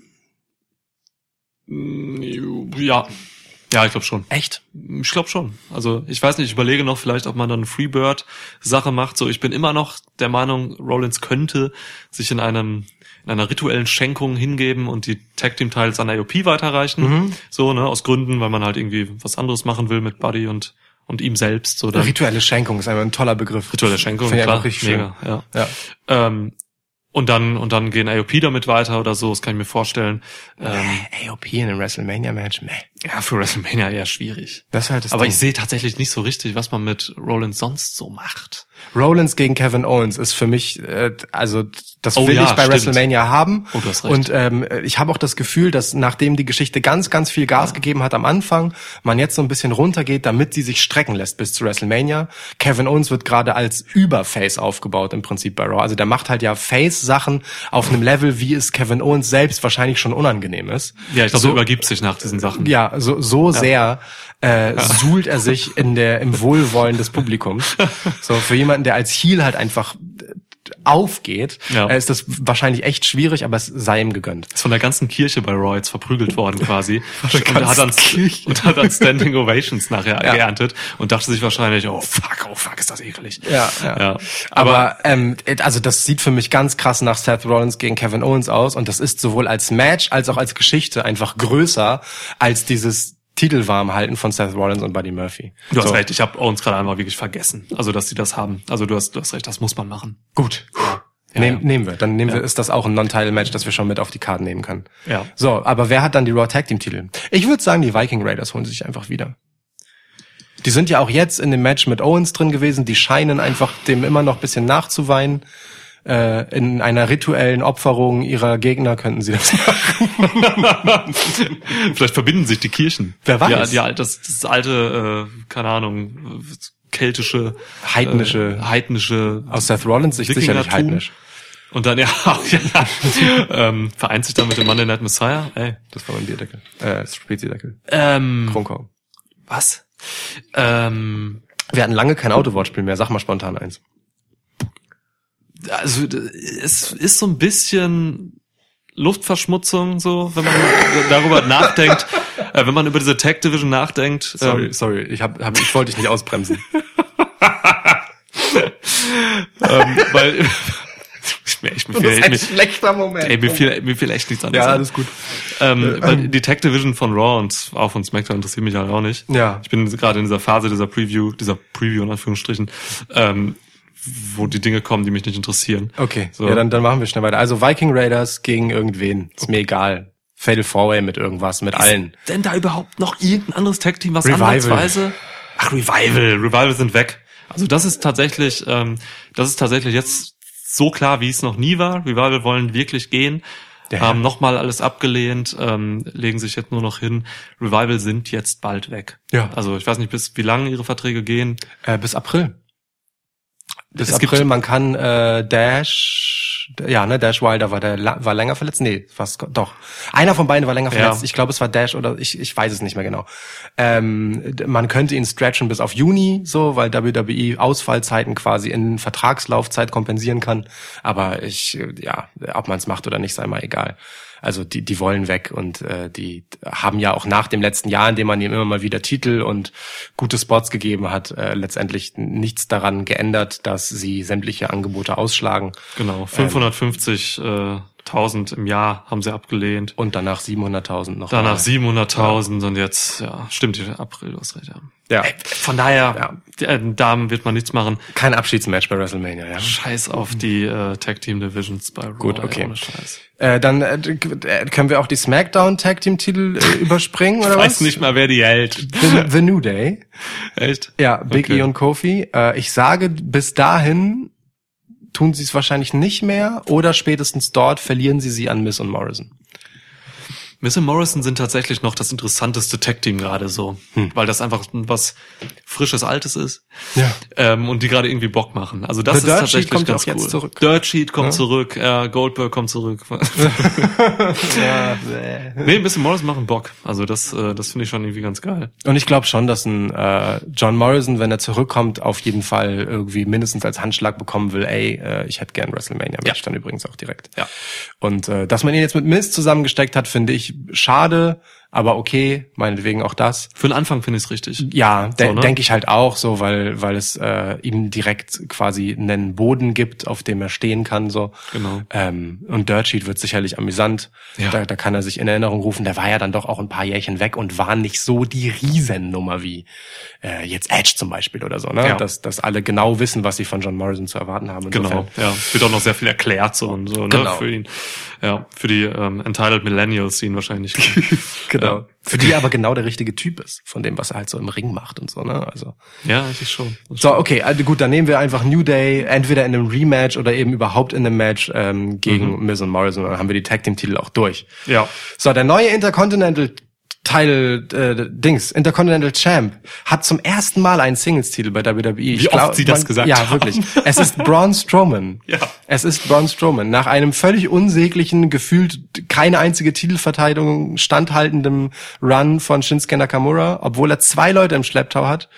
Ja. Ja, ich glaube schon. Echt? Ich glaube schon. Also ich weiß nicht, ich überlege noch vielleicht, ob man dann eine Freebird-Sache macht. So, ich bin immer noch der Meinung, Rollins könnte sich in einer rituellen Schenkung hingeben und die Tag-Team-Titles an AOP weiterreichen. So, ne, aus Gründen, weil man halt irgendwie was anderes machen will mit Buddy und ihm selbst. So, dann Rituelle Schenkung ist einfach ein toller Begriff. rituelle Schenkung, Finde ich klar, einfach richtig mega, schön. ja. Und dann gehen AOP damit weiter oder so, das kann ich mir vorstellen. AOP in einem WrestleMania-Match? Nee. Ja, für WrestleMania eher schwierig. Das ist halt das Aber Ding. ich sehe tatsächlich nicht so richtig, was man mit Rollins sonst so macht. Rollins gegen Kevin Owens ist für mich, also das Oh will ja, ich bei stimmt. WrestleMania haben. Oh, du hast recht. Und ich habe auch das Gefühl, dass nachdem die Geschichte ganz, ganz viel Gas gegeben hat am Anfang, man jetzt so ein bisschen runtergeht, damit sie sich strecken lässt bis zu WrestleMania. Kevin Owens wird gerade als Überface aufgebaut im Prinzip bei Raw. Also der macht halt ja Face-Sachen auf einem Level, wie es Kevin Owens selbst wahrscheinlich schon unangenehm ist. Ja, ich glaube, er übergibt sich nach diesen Sachen. Ja, so sehr suhlt er sich im Wohlwollen des Publikums. So für jemanden, der als Heel halt einfach aufgeht, ist das wahrscheinlich echt schwierig, aber es sei ihm gegönnt. Ist von der ganzen Kirche bei Raw jetzt verprügelt worden quasi und hat dann Standing Ovations nachher geerntet und dachte sich wahrscheinlich, oh fuck, ist das eklig. Ja. Aber also das sieht für mich ganz krass nach Seth Rollins gegen Kevin Owens aus und das ist sowohl als Match als auch als Geschichte einfach größer als dieses Titelwarmhalten von Seth Rollins und Buddy Murphy. Du hast recht, ich habe Owens gerade einmal wirklich vergessen. Also, dass sie das haben. Also, du hast recht, das muss man machen. Gut. Ja. Nehmen wir. Dann nehmen wir, ist das auch ein Non-Title-Match, das wir schon mit auf die Karten nehmen können. Ja. So, aber wer hat dann die Raw Tag Team Titel? Ich würde sagen, die Viking Raiders holen sich einfach wieder. Die sind ja auch jetzt in dem Match mit Owens drin gewesen. Die scheinen einfach dem immer noch ein bisschen nachzuweinen. In einer rituellen Opferung ihrer Gegner könnten sie das machen. Vielleicht verbinden sich die Kirchen. Wer weiß. Ja, das alte, keine Ahnung, keltische, heidnische aus Seth Rollins Sicht sicherlich heidnisch. Und dann, vereint sich dann mit dem Monday Night Messiah. Ey. Das war mein Bierdeckel. Spezi-Deckel. Kronkorken. Was? Wir hatten lange kein Autowortspiel mehr. Sag mal spontan eins. Also es ist so ein bisschen Luftverschmutzung, so, wenn man darüber nachdenkt. Wenn man über diese Tag Division nachdenkt, Sorry, ich wollte dich nicht ausbremsen. weil schlechter Moment. mir fiel echt nichts anderes. Ja, ein. alles gut. Weil die Tag Division von Raw und auch von SmackDown interessiert mich halt auch nicht. Ja. Ich bin gerade in dieser Phase dieser Preview in Anführungsstrichen, wo die Dinge kommen, die mich nicht interessieren. Okay, so. Ja, dann machen wir schnell weiter. Also Viking Raiders gegen irgendwen, ist mir egal. Fatal 4-Way mit irgendwas, mit allen. Ist denn da überhaupt noch irgendein anderes Tag-Team, was Revival. ansatzweise... Ach, Revival sind weg. Also das ist tatsächlich jetzt so klar, wie es noch nie war. Revival wollen wirklich gehen, haben nochmal alles abgelehnt, legen sich jetzt nur noch hin. Revival sind jetzt bald weg. Ja. Also ich weiß nicht, bis wie lange ihre Verträge gehen. Bis April. Man kann Dash Wilder war länger verletzt. Nee, doch. Einer von beiden war länger verletzt. Ja. Ich glaube, es war Dash oder ich weiß es nicht mehr genau. Man könnte ihn stretchen bis auf Juni, so, weil WWE Ausfallzeiten quasi in Vertragslaufzeit kompensieren kann. Aber ob man es macht oder nicht, sei mal egal. Also die wollen weg und die haben ja auch nach dem letzten Jahr, in dem man ihm immer mal wieder Titel und gute Spots gegeben hat, letztendlich nichts daran geändert, dass sie sämtliche Angebote ausschlagen. Genau, 550.000 im Jahr haben sie abgelehnt. Und danach 700.000 noch. Danach 700.000 und jetzt, stimmt, April, du hast recht, ja. Ja. Von daher, da wird man nichts machen. Kein Abschiedsmatch bei WrestleMania, ja. Scheiß auf die Tag Team Divisions bei Raw. Gut, okay. Ohne Scheiß. Dann können wir auch die SmackDown Tag Team Titel überspringen, oder Ich was? weiß nicht mal, wer die hält. The New Day. Echt? Ja, Big E und Kofi. Ich sage, bis dahin tun sie es wahrscheinlich nicht mehr oder spätestens dort verlieren sie an Miz und Morrison. Miz und Morrison sind tatsächlich noch das interessanteste Tag-Team gerade so, weil das einfach was Frisches, Altes ist. Ja. Und die gerade irgendwie Bock machen. Also das The ist Dirt tatsächlich Sheet kommt ganz auch jetzt cool. zurück. Dirt Sheet kommt zurück, Goldberg kommt zurück. Ja, Nee, Miz und Morrison machen Bock. Also das finde ich schon irgendwie ganz geil. Und ich glaube schon, dass ein John Morrison, wenn er zurückkommt, auf jeden Fall irgendwie mindestens als Handschlag bekommen will, ich hätte gern WrestleMania-Match, dann übrigens auch direkt. Ja. Und dass man ihn jetzt mit Miz zusammengesteckt hat, finde ich schade, aber okay, meinetwegen auch das. Für den Anfang finde ich es richtig. Ja, So, ne? denke ich halt auch so, weil es ihm direkt quasi einen Boden gibt, auf dem er stehen kann. So. Genau. Und Dirt Sheet wird sicherlich amüsant. Ja. Da kann er sich in Erinnerung rufen. Der war ja dann doch auch ein paar Jährchen weg und war nicht so die Riesennummer wie jetzt Edge zum Beispiel oder so. Ne? Ja. Dass alle genau wissen, was sie von John Morrison zu erwarten haben. Genau, ja. Wird auch noch sehr viel erklärt so und so, ne? Genau. Für ihn. Ja, für die Entitled Millennials, die ihn wahrscheinlich Genau. Ja. Für die aber genau der richtige Typ ist, von dem, was er halt so im Ring macht und so, ne? Also. Ja, eigentlich schon. So, okay, also gut, dann nehmen wir einfach New Day, entweder in einem Rematch oder eben überhaupt in einem Match gegen Miz und Morrison, und dann haben wir die Tag Team Titel auch durch. Ja. So, der neue Intercontinental Intercontinental Champ hat zum ersten Mal einen Singles-Titel bei WWE. Wie oft sie das gesagt haben. haben. Ja, wirklich. Es ist Braun Strowman. Ja. Es ist Braun Strowman. Nach einem völlig unsäglichen, gefühlt keine einzige Titelverteidigung standhaltendem Run von Shinsuke Nakamura, obwohl er 2 Leute im Schlepptau hat,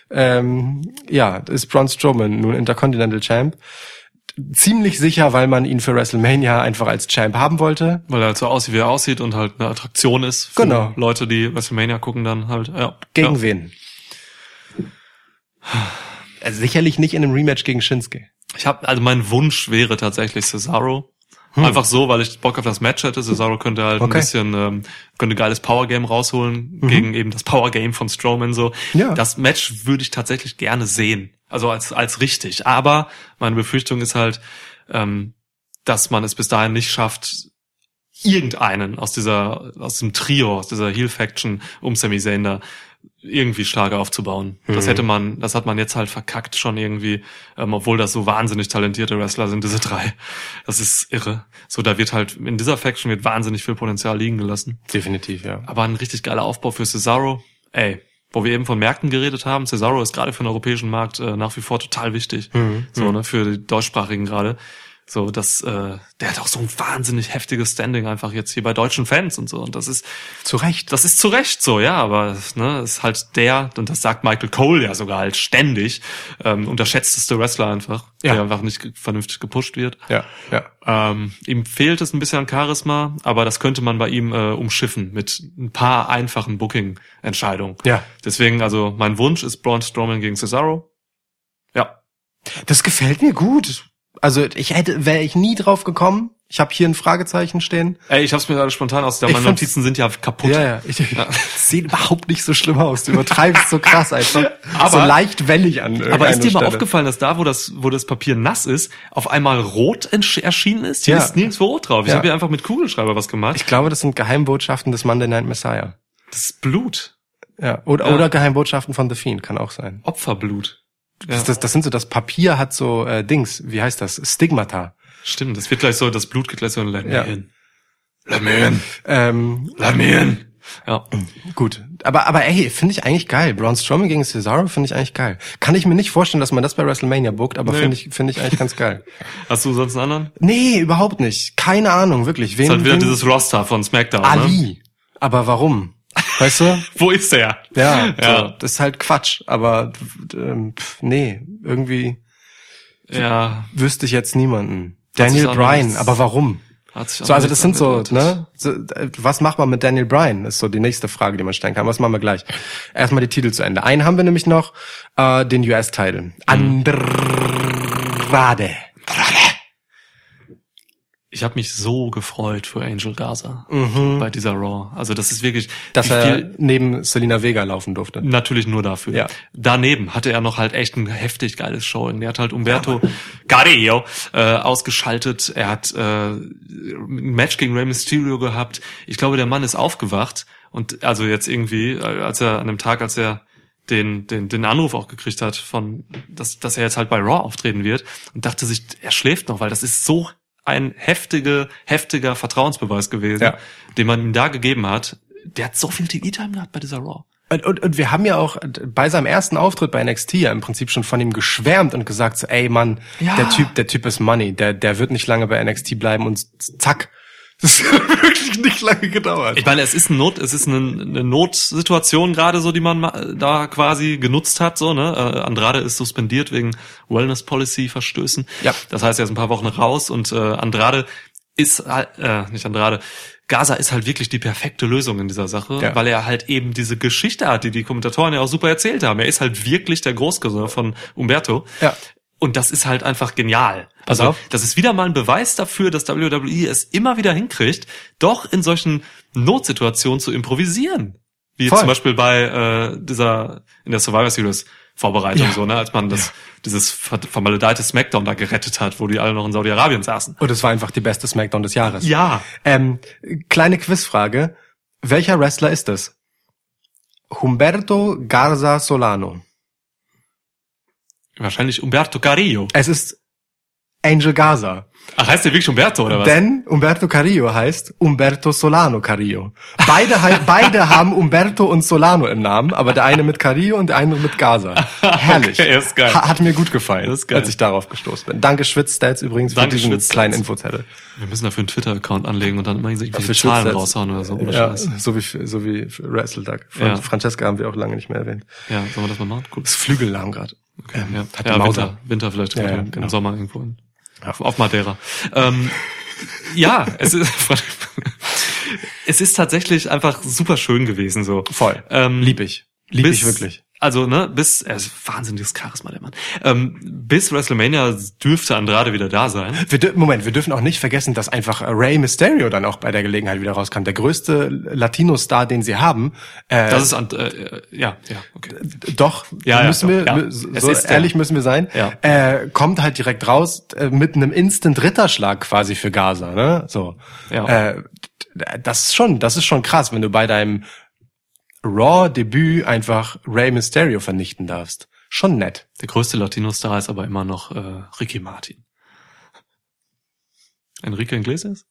ist Braun Strowman nun Intercontinental Champ. Ziemlich sicher, weil man ihn für WrestleMania einfach als Champ haben wollte. Weil er halt so aussieht, wie er aussieht und halt eine Attraktion ist für Genau. Leute, die WrestleMania gucken dann halt. Ja. Gegen wen? Also sicherlich nicht in einem Rematch gegen Shinsuke. Also mein Wunsch wäre tatsächlich Cesaro. Einfach so, weil ich Bock auf das Match hätte. Cesaro könnte halt ein bisschen, könnte geiles Power-Game rausholen gegen eben das Power-Game von Strowman so. Ja. Das Match würde ich tatsächlich gerne sehen. Also als richtig. Aber meine Befürchtung ist halt, dass man es bis dahin nicht schafft, irgendeinen aus dem Trio, aus dieser Heel-Faction um Sami Zayn da irgendwie stark aufzubauen. Das hat man jetzt halt verkackt schon irgendwie, obwohl das so wahnsinnig talentierte Wrestler sind, diese 3. Das ist irre. So, da wird halt, in dieser Faction wird wahnsinnig viel Potenzial liegen gelassen. Definitiv, ja. Aber ein richtig geiler Aufbau für Cesaro. Wo wir eben von Märkten geredet haben, Cesaro ist gerade für den europäischen Markt nach wie vor total wichtig. So, ne, für die deutschsprachigen gerade. So, der hat auch so ein wahnsinnig heftiges Standing einfach jetzt hier bei deutschen Fans und so. Und das ist Zu Recht. Das ist zu Recht so, ja, aber ne, ist halt und das sagt Michael Cole ja sogar halt ständig, unterschätzteste Wrestler einfach, der einfach nicht vernünftig gepusht wird. Ja. Ihm fehlt es ein bisschen an Charisma, aber das könnte man bei ihm umschiffen mit ein paar einfachen Booking-Entscheidungen. Ja. Deswegen, also mein Wunsch ist Braun Strowman gegen Cesaro. Ja. Das gefällt mir gut. Also wäre ich nie drauf gekommen. Ich habe hier ein Fragezeichen stehen. Ey, ich hab's mir gerade spontan meine Notizen sind ja kaputt. Ja. Das sieht überhaupt nicht so schlimm aus. Du übertreibst so krass einfach. Aber, so leicht wellig an. Aber ist dir mal Stelle. aufgefallen, dass da, wo das Papier nass ist, auf einmal rot erschienen ist? Hier Ja. ist nirgendwo rot drauf. Ich habe hier einfach mit Kugelschreiber was gemacht. Ich glaube, das sind Geheimbotschaften des Monday Night Messiah. Das ist Blut. Ja. Oder Geheimbotschaften von The Fiend, kann auch sein. Opferblut. Ja. Das sind so, das Papier hat so wie heißt das? Stigmata. Stimmt, das wird gleich so, das Blut geht gleich so in Lamien. Lamien. Ja. Gut. Aber ey, finde ich eigentlich geil. Braun Strowman gegen Cesaro finde ich eigentlich geil. Kann ich mir nicht vorstellen, dass man das bei WrestleMania bookt, aber finde ich eigentlich ganz geil. Hast du sonst einen anderen? Nee, überhaupt nicht. Keine Ahnung, wirklich. Das ist halt wieder dieses Roster von SmackDown, Ali. ne? Aber warum? Weißt du? Wo ist der? Ja. Ja. So, das ist halt Quatsch. Aber nee, irgendwie Ja. wüsste ich jetzt niemanden. Hat sich Daniel auch Bryan, nichts- aber warum? Hat sich auch So, also nichts das sind so, angedeutet. was macht man mit Daniel Bryan? Ist so die nächste Frage, die man stellen kann. Was machen wir gleich? Erstmal die Titel zu Ende. Einen haben wir nämlich noch, den US-Titel. Andrade. Ich habe mich so gefreut für Angel Garza bei dieser Raw. Also das ist wirklich, Dass wie er viel, neben Selena Vega laufen durfte. natürlich nur dafür. Ja. Daneben hatte er noch halt echt ein heftig geiles Showing. Der hat halt Umberto Carrillo ausgeschaltet. Er hat ein Match gegen Rey Mysterio gehabt. Ich glaube, der Mann ist aufgewacht und also jetzt irgendwie, als er den Anruf auch gekriegt hat dass er jetzt halt bei Raw auftreten wird und dachte sich, er schläft noch, weil das ist so ein heftiger Vertrauensbeweis gewesen, den man ihm da gegeben hat. Der hat so viel TV-Time gehabt bei dieser Raw. Und wir haben ja auch bei seinem ersten Auftritt bei NXT ja im Prinzip schon von ihm geschwärmt und gesagt so, ey Mann, Ja. der Typ ist Money, der wird nicht lange bei NXT bleiben und zack. Das hat wirklich nicht lange gedauert. Ich meine, es ist eine Notsituation gerade so, die man da quasi genutzt hat, so, ne? Andrade ist suspendiert wegen Wellness Policy Verstößen. Ja. Das heißt, er ist ein paar Wochen raus und Garza ist halt wirklich die perfekte Lösung in dieser Sache, weil er halt eben diese Geschichte hat, die Kommentatoren ja auch super erzählt haben. Er ist halt wirklich der Großcousin von Umberto. Ja. Und das ist halt einfach genial. Pass Also, auf. das ist wieder mal ein Beweis dafür, dass WWE es immer wieder hinkriegt, doch in solchen Notsituationen zu improvisieren. Wie Voll. zum Beispiel bei in der Survivor Series Vorbereitung, so, ne, als man dieses vermaledeite Smackdown da gerettet hat, wo die alle noch in Saudi-Arabien saßen. Und es war einfach die beste Smackdown des Jahres. Ja. Kleine Quizfrage. Welcher Wrestler ist es? Humberto Garza Solano. Wahrscheinlich Umberto Carrillo. Es ist Angel Garza. Ach, heißt der wirklich Umberto, oder was? Denn Umberto Carrillo heißt Umberto Solano Carrillo. Beide haben Umberto und Solano im Namen, aber der eine mit Carrillo und der andere mit Garza. Herrlich. Okay, ist geil. Hat mir gut gefallen, Das ist geil. als ich darauf gestoßen bin. Danke Schwitzstats übrigens Danke, für diesen Schwitzstats. kleinen Infozettel. Wir müssen dafür einen Twitter-Account anlegen und dann immer irgendwie Für Zahlen Schwitzstats. raushauen oder so. Ohne Ja, Scheiß. so wie WrestleDuck. Ja. Francesca haben wir auch lange nicht mehr erwähnt. Ja, sollen wir das mal machen? Cool. Das Flügellahm gerade. Okay, ja. Hat die Mauser. Winter vielleicht Ja, im genau. Sommer irgendwo auf Madeira. Ja, es ist tatsächlich einfach super schön gewesen so. Voll. Lieb ich wirklich. Also, ne, er ist wahnsinniges Charisma, der Mann. Bis WrestleMania dürfte Andrade wieder da sein. Wir dürfen auch nicht vergessen, dass einfach Rey Mysterio dann auch bei der Gelegenheit wieder rauskam. Der größte Latino-Star, den sie haben. Das ist, ja, okay. Doch, Ja, müssen ja, wir, doch, ja. so Es ist ehrlich müssen wir sein. Ja. Kommt halt direkt raus mit einem Instant-Ritterschlag quasi für Garza, ne? So. Ja. Das ist schon krass, wenn du bei deinem Raw-Debüt einfach Rey Mysterio vernichten darfst. Schon nett. Der größte Latino-Star ist aber immer noch Ricky Martin. Enrique Iglesias?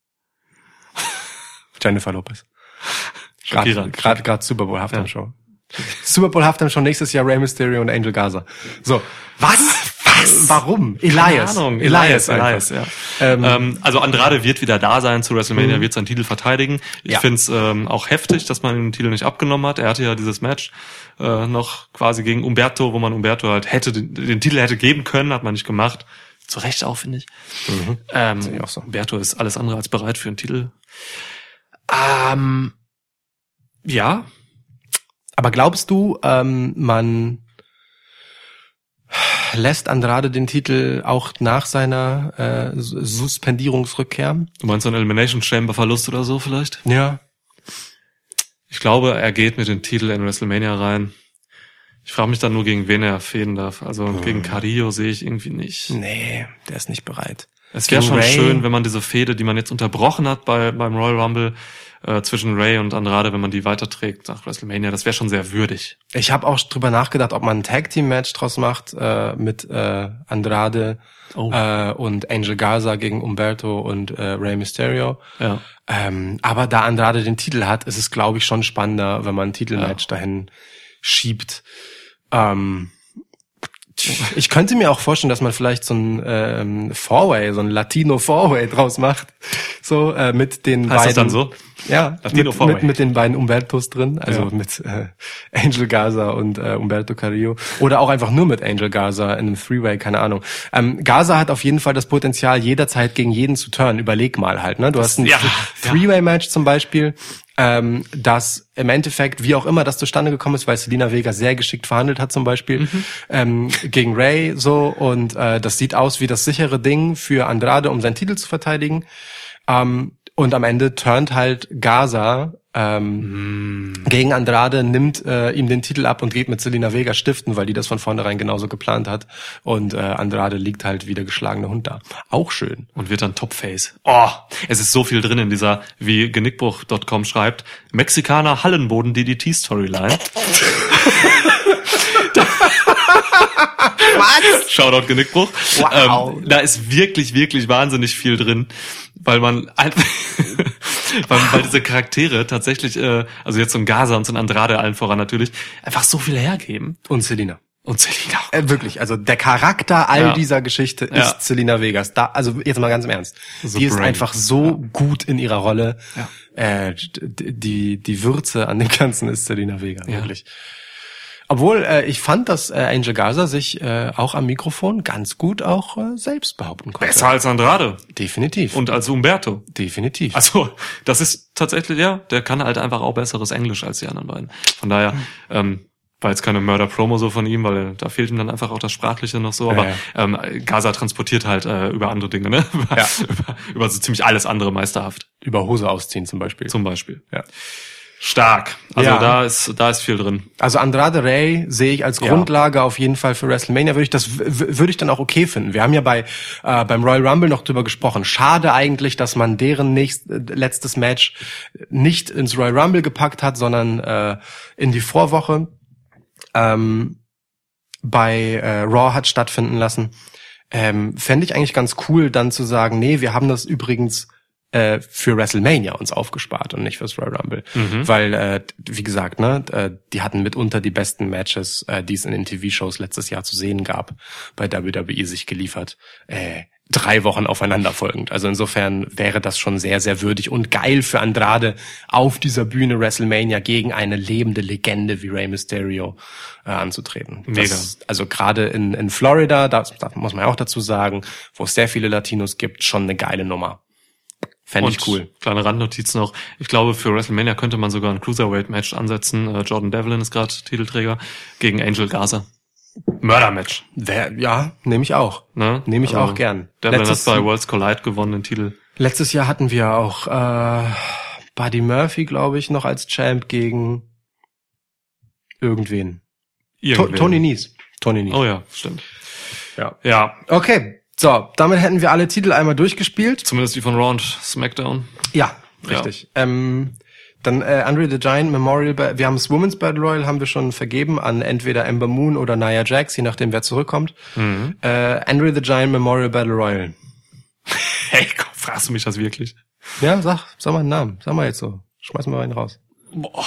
Jennifer Lopez. Shakira. Gerade Super Bowl Halftime Show. Super Bowl Halftime Show nächstes Jahr Rey Mysterio und Angel Garza. So. Was? Warum? Keine Ahnung. Elias, ja. Also Andrade wird wieder da sein zu WrestleMania, wird seinen Titel verteidigen. Ich find's auch heftig, dass man den Titel nicht abgenommen hat. Er hatte ja dieses Match noch quasi gegen Umberto, wo man Umberto halt den Titel hätte geben können, hat man nicht gemacht. Zu Recht auch, finde ich. Sehe ich auch so. Umberto ist alles andere als bereit für einen Titel. Ja. Aber glaubst du, man lässt Andrade den Titel auch nach seiner Suspendierungsrückkehr? Du meinst einen Elimination Chamber Verlust oder so vielleicht? Ja. Ich glaube, er geht mit dem Titel in WrestleMania rein. Ich frage mich dann nur, gegen wen er fehlen darf. Also gegen Carrillo sehe ich irgendwie nicht. Nee, der ist nicht bereit. Es wäre schon schön, wenn man diese Fehde, die man jetzt unterbrochen hat beim Royal Rumble, zwischen Ray und Andrade, wenn man die weiterträgt nach WrestleMania, das wäre schon sehr würdig. Ich habe auch drüber nachgedacht, ob man ein Tag-Team-Match draus macht mit Andrade und Angel Garza gegen Umberto und Rey Mysterio. Ja. Aber da Andrade den Titel hat, ist es, glaube ich, schon spannender, wenn man ein Titelmatch dahin schiebt. Ich könnte mir auch vorstellen, dass man vielleicht so ein Four-Way, so ein Latino Four-Way draus macht. So, mit den heißt beiden. Das dann so? Ja, Latino Four-Way. mit den beiden Umbertos drin, also mit Angel Garza und Umberto Carrillo. Oder auch einfach nur mit Angel Garza in einem Three-Way, keine Ahnung. Garza hat auf jeden Fall das Potenzial, jederzeit gegen jeden zu turnen. Überleg mal halt, ne? Du hast ein Three-Way-Match zum Beispiel, das im Endeffekt, wie auch immer das zustande gekommen ist, weil Zelina Vega sehr geschickt verhandelt hat zum Beispiel, gegen Ray so, und das sieht aus wie das sichere Ding für Andrade, um seinen Titel zu verteidigen. Und am Ende turnt halt Garza gegen Andrade, nimmt ihm den Titel ab und geht mit Zelina Vega stiften, weil die das von vornherein genauso geplant hat. Und Andrade liegt halt wie der geschlagene Hund da. Auch schön. Und wird dann Topface. Oh, es ist so viel drin in dieser, wie Genickbruch.com schreibt, Mexikaner Hallenboden DDT-Storyline. Was? Shoutout Genickbruch. Wow. Da ist wirklich, wirklich wahnsinnig viel drin, weil man einfach, weil diese Charaktere tatsächlich, also jetzt so ein Garza und so ein Andrade allen voran natürlich, einfach so viel hergeben. Und Zelina. Wirklich, also der Charakter all dieser Geschichte ist Zelina Vegas. Also jetzt mal ganz im Ernst. So die ist einfach so gut in ihrer Rolle. Ja. Die Würze an dem Ganzen ist Zelina Vega, wirklich. Obwohl, ich fand, dass Angel Garza sich auch am Mikrofon ganz gut auch selbst behaupten konnte. Besser als Andrade. Definitiv. Und als Umberto. Definitiv. Also, das ist tatsächlich, der kann halt einfach auch besseres Englisch als die anderen beiden. Von daher, war jetzt keine Mörder-Promo so von ihm, weil da fehlt ihm dann einfach auch das Sprachliche noch so. Aber Garza transportiert halt über andere Dinge, ne? Über so ziemlich alles andere meisterhaft. Über Hose ausziehen zum Beispiel. Ja. Stark. Also da ist viel drin. Also Andrade Ray sehe ich als Grundlage auf jeden Fall für WrestleMania. Würde ich dann auch okay finden. Wir haben ja beim Royal Rumble noch drüber gesprochen. Schade eigentlich, dass man deren letztes Match nicht ins Royal Rumble gepackt hat, sondern in die Vorwoche bei Raw hat stattfinden lassen. Fände ich eigentlich ganz cool, dann zu sagen, nee, wir haben das übrigens für WrestleMania uns aufgespart und nicht fürs Royal Rumble. Weil, wie gesagt, die hatten mitunter die besten Matches, die es in den TV-Shows letztes Jahr zu sehen gab, bei WWE sich geliefert. 3 Wochen aufeinander folgend. Also insofern wäre das schon sehr, sehr würdig und geil für Andrade auf dieser Bühne WrestleMania gegen eine lebende Legende wie Rey Mysterio anzutreten. Mega. Also gerade in Florida, das muss man ja auch dazu sagen, wo es sehr viele Latinos gibt, schon eine geile Nummer. Fände ich cool. Kleine Randnotiz noch. Ich glaube, für WrestleMania könnte man sogar ein Cruiserweight-Match ansetzen. Jordan Devlin ist gerade Titelträger gegen Angel Garza. Mörder-Match. Ja, nehme ich auch. Ne? Nehme ich auch gern. Devlin hat bei Worlds Collide gewonnen, den Titel. Letztes Jahr hatten wir auch Buddy Murphy, glaube ich, noch als Champ gegen irgendwen. Tony Nese. Oh ja, stimmt. Ja. Okay. So, damit hätten wir alle Titel einmal durchgespielt. Zumindest die von Raw und SmackDown. Ja, richtig. Ja. Dann Andre the Giant Memorial, wir haben das Women's Battle Royal, haben wir schon vergeben an entweder Ember Moon oder Nia Jax, je nachdem wer zurückkommt. Andre the Giant Memorial Battle Royal. Hey, komm, fragst du mich das wirklich? Ja, sag mal einen Namen. Sag mal jetzt so. Schmeiß mal einen raus. Oh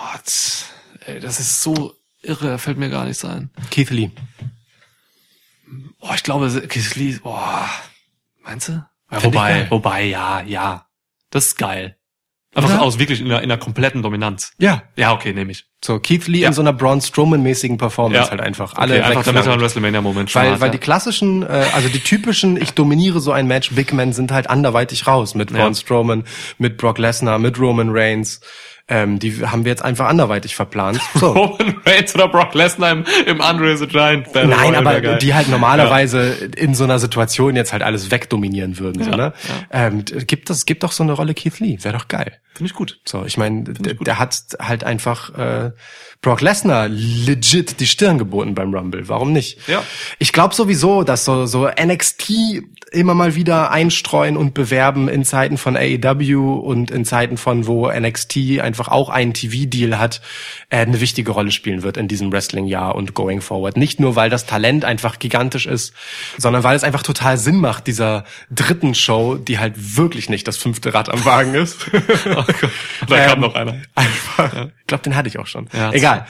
Gott. Ey, das ist so irre, fällt mir gar nicht ein. Keith Lee. Ich glaube, Keith Lee, meinst du? Ja, Find ich geil. wobei, ja. Das ist geil. Einfach Oder? aus wirklich in einer kompletten Dominanz. Ja. Ja, okay, nehme ich. So, Keith Lee in so einer Braun Strowman-mäßigen Performance halt einfach. Alle okay, einfach damit er wegflanken. einen WrestleMania-Moment schon hat. Weil die klassischen, also die typischen, ich dominiere so ein Match, Big Men sind halt anderweitig raus. Mit Braun Strowman, mit Brock Lesnar, mit Roman Reigns. Die haben wir jetzt einfach anderweitig verplant. So. Roman Reigns oder Brock Lesnar im Andre the Giant Battle Nein, Royal aber wäre geil. die halt normalerweise in so einer Situation jetzt halt alles wegdominieren würden. So, ne? Gibt doch so eine Rolle Keith Lee. Wäre doch geil. Finde ich gut. So, ich meine, der hat halt einfach Brock Lesnar legit die Stirn geboten beim Rumble. Warum nicht? Ja. Ich glaube sowieso, dass so NXT immer mal wieder einstreuen und bewerben in Zeiten von AEW und in Zeiten von, wo NXT einfach auch einen TV-Deal hat, eine wichtige Rolle spielen wird in diesem Wrestling-Jahr und going forward. Nicht nur, weil das Talent einfach gigantisch ist, sondern weil es einfach total Sinn macht, dieser dritten Show, die halt wirklich nicht das 5. Rad am Wagen ist. Da kam noch einer. Einfach, ich glaube, den hatte ich auch schon. Ja, Egal.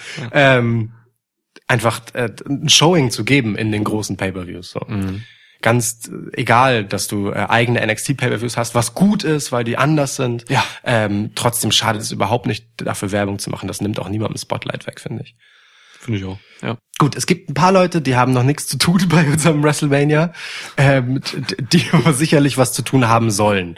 Einfach ein Showing zu geben in den großen Pay-Per-Views. So. Ganz egal, dass du eigene NXT-Pay-Per-Views hast, was gut ist, weil die anders sind. Ja. Trotzdem schadet es überhaupt nicht, dafür Werbung zu machen. Das nimmt auch niemandem Spotlight weg, finde ich. Finde ich auch, ja. Gut, es gibt ein paar Leute, die haben noch nichts zu tun bei unserem WrestleMania, die aber sicherlich was zu tun haben sollen.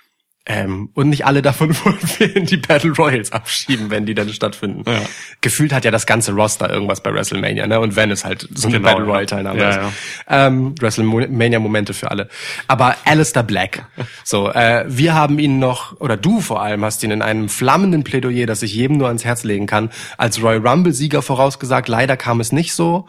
Und nicht alle davon wollen wir in die Battle Royals abschieben, wenn die dann stattfinden. Ja. Gefühlt hat ja das ganze Roster irgendwas bei WrestleMania, ne? Und wenn es halt so eine Genau, Battle Royal Teilnahme ja, ist. WrestleMania-Momente für alle. Aber Aleister Black. So, wir haben ihn noch, oder du vor allem hast ihn in einem flammenden Plädoyer, das ich jedem nur ans Herz legen kann, als Royal Rumble-Sieger vorausgesagt. Leider kam es nicht so.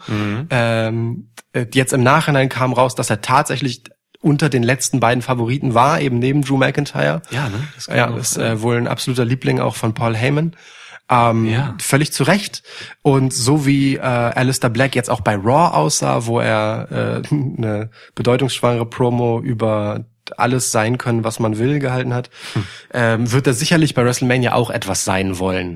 Jetzt im Nachhinein kam raus, dass er tatsächlich unter den letzten beiden Favoriten war, eben neben Drew McIntyre. Ja, ne? Das Ist wohl ein absoluter Liebling auch von Paul Heyman. Völlig zu Recht. Und so wie Aleister Black jetzt auch bei Raw aussah, wo er eine bedeutungsschwangere Promo über alles sein können, was man will, gehalten hat, wird er sicherlich bei WrestleMania auch etwas sein wollen.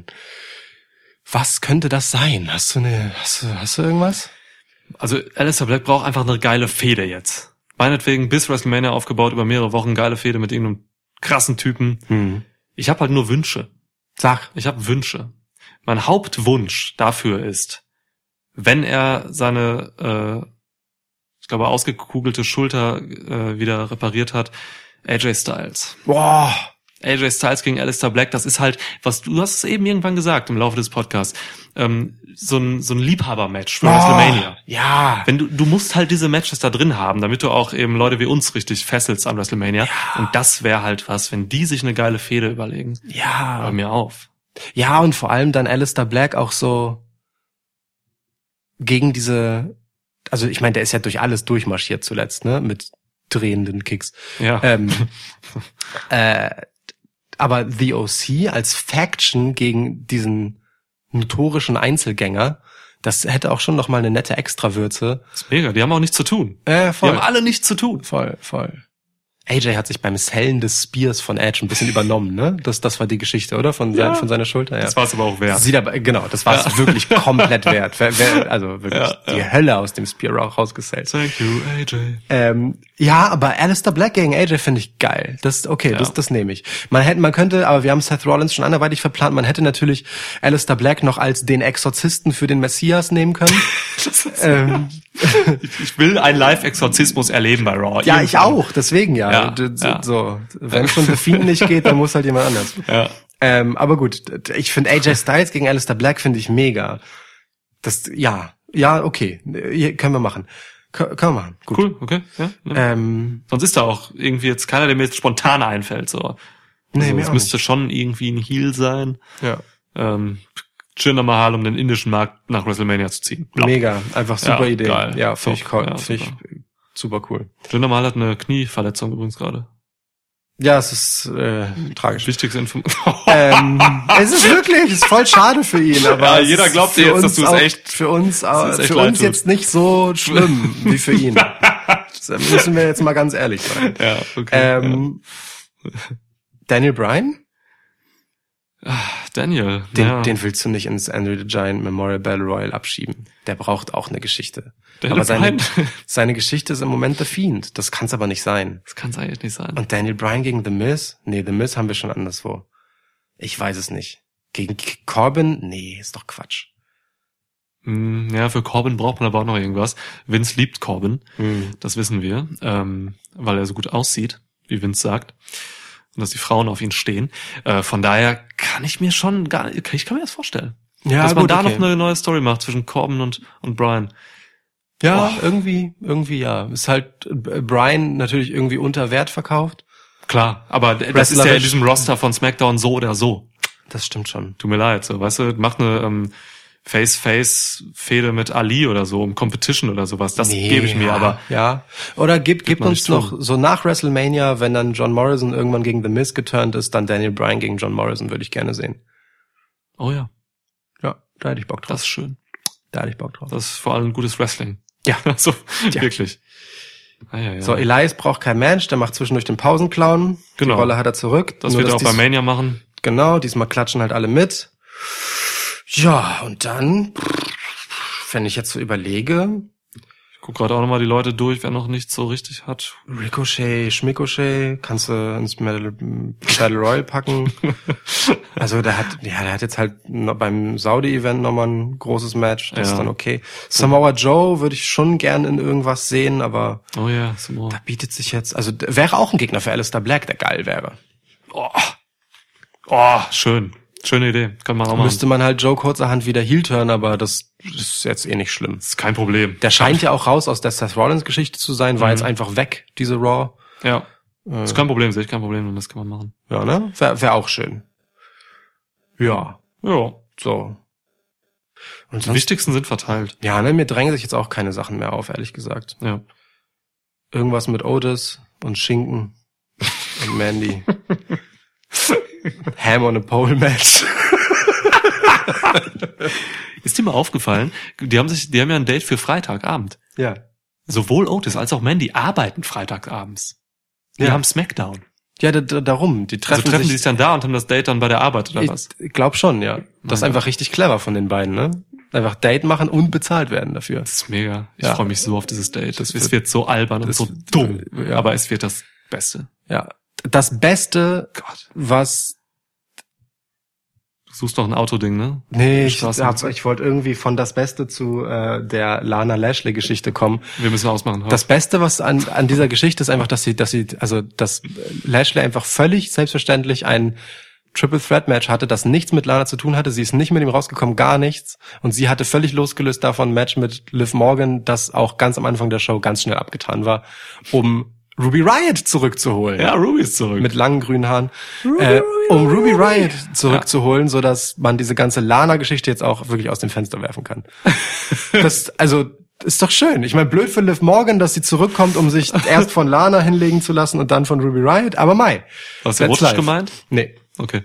Was könnte das sein? Hast du irgendwas? Also Aleister Black braucht einfach eine geile Fehde jetzt. Meinetwegen bis WrestleMania aufgebaut, über mehrere Wochen, geile Fehde mit irgendeinem krassen Typen. Ich habe halt nur Wünsche. Sag. Ich habe Wünsche. Mein Hauptwunsch dafür ist, wenn er seine, ich glaube, ausgekugelte Schulter wieder repariert hat, AJ Styles. Boah. AJ Styles gegen Aleister Black, das ist halt, was du hast es eben irgendwann gesagt im Laufe des Podcasts, so ein Liebhaber-Match für WrestleMania. Ja. Wenn du musst halt diese Matches da drin haben, damit du auch eben Leute wie uns richtig fesselst an WrestleMania. Ja. Und das wäre halt was, wenn die sich eine geile Fehde überlegen. Ja. Hör mir auf. Ja, und vor allem dann Aleister Black auch so gegen diese, also ich meine, der ist ja durch alles durchmarschiert zuletzt, ne, mit drehenden Kicks. Ja. Aber The OC als Faction gegen diesen notorischen Einzelgänger, das hätte auch schon noch mal eine nette Extrawürze. Das ist mega, die haben auch nichts zu tun. Voll. Die haben alle nichts zu tun. Voll. AJ hat sich beim Sellen des Spears von Edge ein bisschen übernommen, ne? Das war die Geschichte, oder? Von seiner Schulter, ja. Das war es aber auch wert. Genau, das war es wirklich komplett wert. Also wirklich die Hölle aus dem Spear rausgesellt. Thank you, AJ. Ja, aber Aleister Black gegen AJ finde ich geil. Das okay, das nehme ich. Man könnte, aber wir haben Seth Rollins schon anderweitig verplant, man hätte natürlich Aleister Black noch als den Exorzisten für den Messias nehmen können. Ich will einen Live-Exorzismus erleben bei Raw. Ja, ich auch, deswegen ja. Ja. So, wenn schon The Fiend nicht geht, dann muss halt jemand anders. Ja. Aber gut, ich finde AJ Styles gegen Aleister Black finde ich mega. Das, ja, okay, können wir machen. Können wir machen. Gut. Cool, okay. Ja. Sonst ist da auch irgendwie jetzt keiner, der mir jetzt spontan einfällt. So. Nee, also, es müsste schon irgendwie ein Heel sein. Ja. Jinder Mahal, um den indischen Markt nach WrestleMania zu ziehen. Glaub. Mega, einfach super Idee. Geil. Ja, finde ich cool. Ja, finde ich super cool. Jinder Mahal hat eine Knieverletzung übrigens gerade. Ja, es ist tragisch. Wichtigste Info. Es ist wirklich, es ist voll schade für ihn. Aber jeder glaubt dir jetzt, dass du es echt für uns leid jetzt nicht so schlimm wie für ihn. Das müssen wir jetzt mal ganz ehrlich sein. Ja, okay. Daniel Bryan? Daniel. Den willst du nicht ins Andre the Giant Memorial Battle Royal abschieben. Der braucht auch eine Geschichte. Daniel Aber Bryan. seine Geschichte ist im Moment The Fiend. Das kann's aber nicht sein. Das kann's eigentlich nicht sein. Und Daniel Bryan gegen The Miz? Nee, The Miz haben wir schon anderswo. Ich weiß es nicht. Gegen Corbin? Nee, ist doch Quatsch. Ja, für Corbin braucht man aber auch noch irgendwas. Vince liebt Corbin. Das wissen wir. Weil er so gut aussieht, wie Vince sagt. Und dass die Frauen auf ihn stehen. Von daher kann ich mir das vorstellen. Ja, dass man gut, da okay. noch eine neue Story macht zwischen Corbin und Bryan. Ja, irgendwie ja. Ist halt Bryan natürlich irgendwie unter Wert verkauft. Klar, aber das ist ja in Wrestlerisch. diesem Roster von SmackDown so oder so. Das stimmt schon. Tut mir leid, so, weißt du, mach eine Face-Fehde mit Ali oder so, um Competition oder sowas. Das gebe ich mir, aber ja. Oder gib man uns nicht noch tun. so nach WrestleMania, wenn dann John Morrison irgendwann gegen The Miz geturnt ist, dann Daniel Bryan gegen John Morrison würde ich gerne sehen. oh ja, Ja, da hätte ich Bock drauf. das ist schön. Da hätte ich Bock drauf. Das ist vor allem gutes Wrestling. Ja. So, Ja. wirklich. Ja. So, Elias braucht kein Mensch, der macht zwischendurch den Pausenclown. Genau. Die Rolle hat er zurück. Das Nur, wird er dass auch bei dies- Mania machen. Genau, diesmal klatschen halt alle mit. Ja, und dann, wenn ich jetzt so überlege, Ich guck gerade auch nochmal die Leute durch, wer noch nicht so richtig hat. Ricochet, Schmicochet, kannst du ins Battle Royal packen. Also der hat jetzt halt noch beim Saudi-Event nochmal ein großes Match, das Ja. ist dann okay. Samoa Joe würde ich schon gern in irgendwas sehen, aber Oh ja, Samoa. da bietet sich jetzt, also wäre auch ein Gegner für Aleister Black, der geil wäre. Schön. Schöne Idee. Kann man auch machen. Müsste man halt Joe kurzerhand wieder heel turn, aber das ist jetzt eh nicht schlimm. Das ist kein Problem. Der scheint ja auch raus aus der Seth Rollins Geschichte zu sein, war jetzt einfach weg, diese Raw. Ja. Das ist kein Problem, sehe ich kein Problem, und das kann man machen. Ja, ne? Wär auch schön. Ja, Ja. so. Und Die sonst, wichtigsten sind verteilt. ja, ne, mir drängen sich jetzt auch keine Sachen mehr auf, ehrlich gesagt. Ja. Irgendwas mit Otis und Schinken und Mandy. Ham on a Pole Match. Ist dir mal aufgefallen, die haben ja ein Date für Freitagabend. Ja. Sowohl Otis als auch Mandy arbeiten freitagabends. Die Ja. haben Smackdown. Ja, darum. Die Also treffen, treffen die sich dann da und haben das Date dann bei der Arbeit oder was? Ich glaub schon, ja. Das ist einfach richtig clever von den beiden, ne? Einfach Date machen und bezahlt werden dafür. Das ist mega. Ich Ja. freue mich so auf dieses Date. Das Es wird so albern und das- so dumm. ja. Aber es wird das Beste. Ja. Das Beste, Gott. was Du suchst noch ein Autoding, ne? Nee, ich Straßen- wollte irgendwie von das Beste zu der Lana Lashley Geschichte kommen. Wir müssen ausmachen. Das Beste, was an dieser Geschichte ist einfach, dass Lashley einfach völlig selbstverständlich ein Triple Threat Match hatte, das nichts mit Lana zu tun hatte. Sie ist nicht mit ihm rausgekommen, gar nichts. Und sie hatte völlig losgelöst davon ein Match mit Liv Morgan, das auch ganz am Anfang der Show ganz schnell abgetan war, um Ruby Riott zurückzuholen. Ja, Ruby ist zurück. Mit langen grünen Haaren, um Ruby Riott zurückzuholen, so dass man diese ganze Lana-Geschichte jetzt auch wirklich aus dem Fenster werfen kann. Das ist doch schön. Ich meine, blöd für Liv Morgan, dass sie zurückkommt, um sich erst von Lana hinlegen zu lassen und dann von Ruby Riott, aber mei. Hast du That's erotisch life. gemeint? Nee. Okay.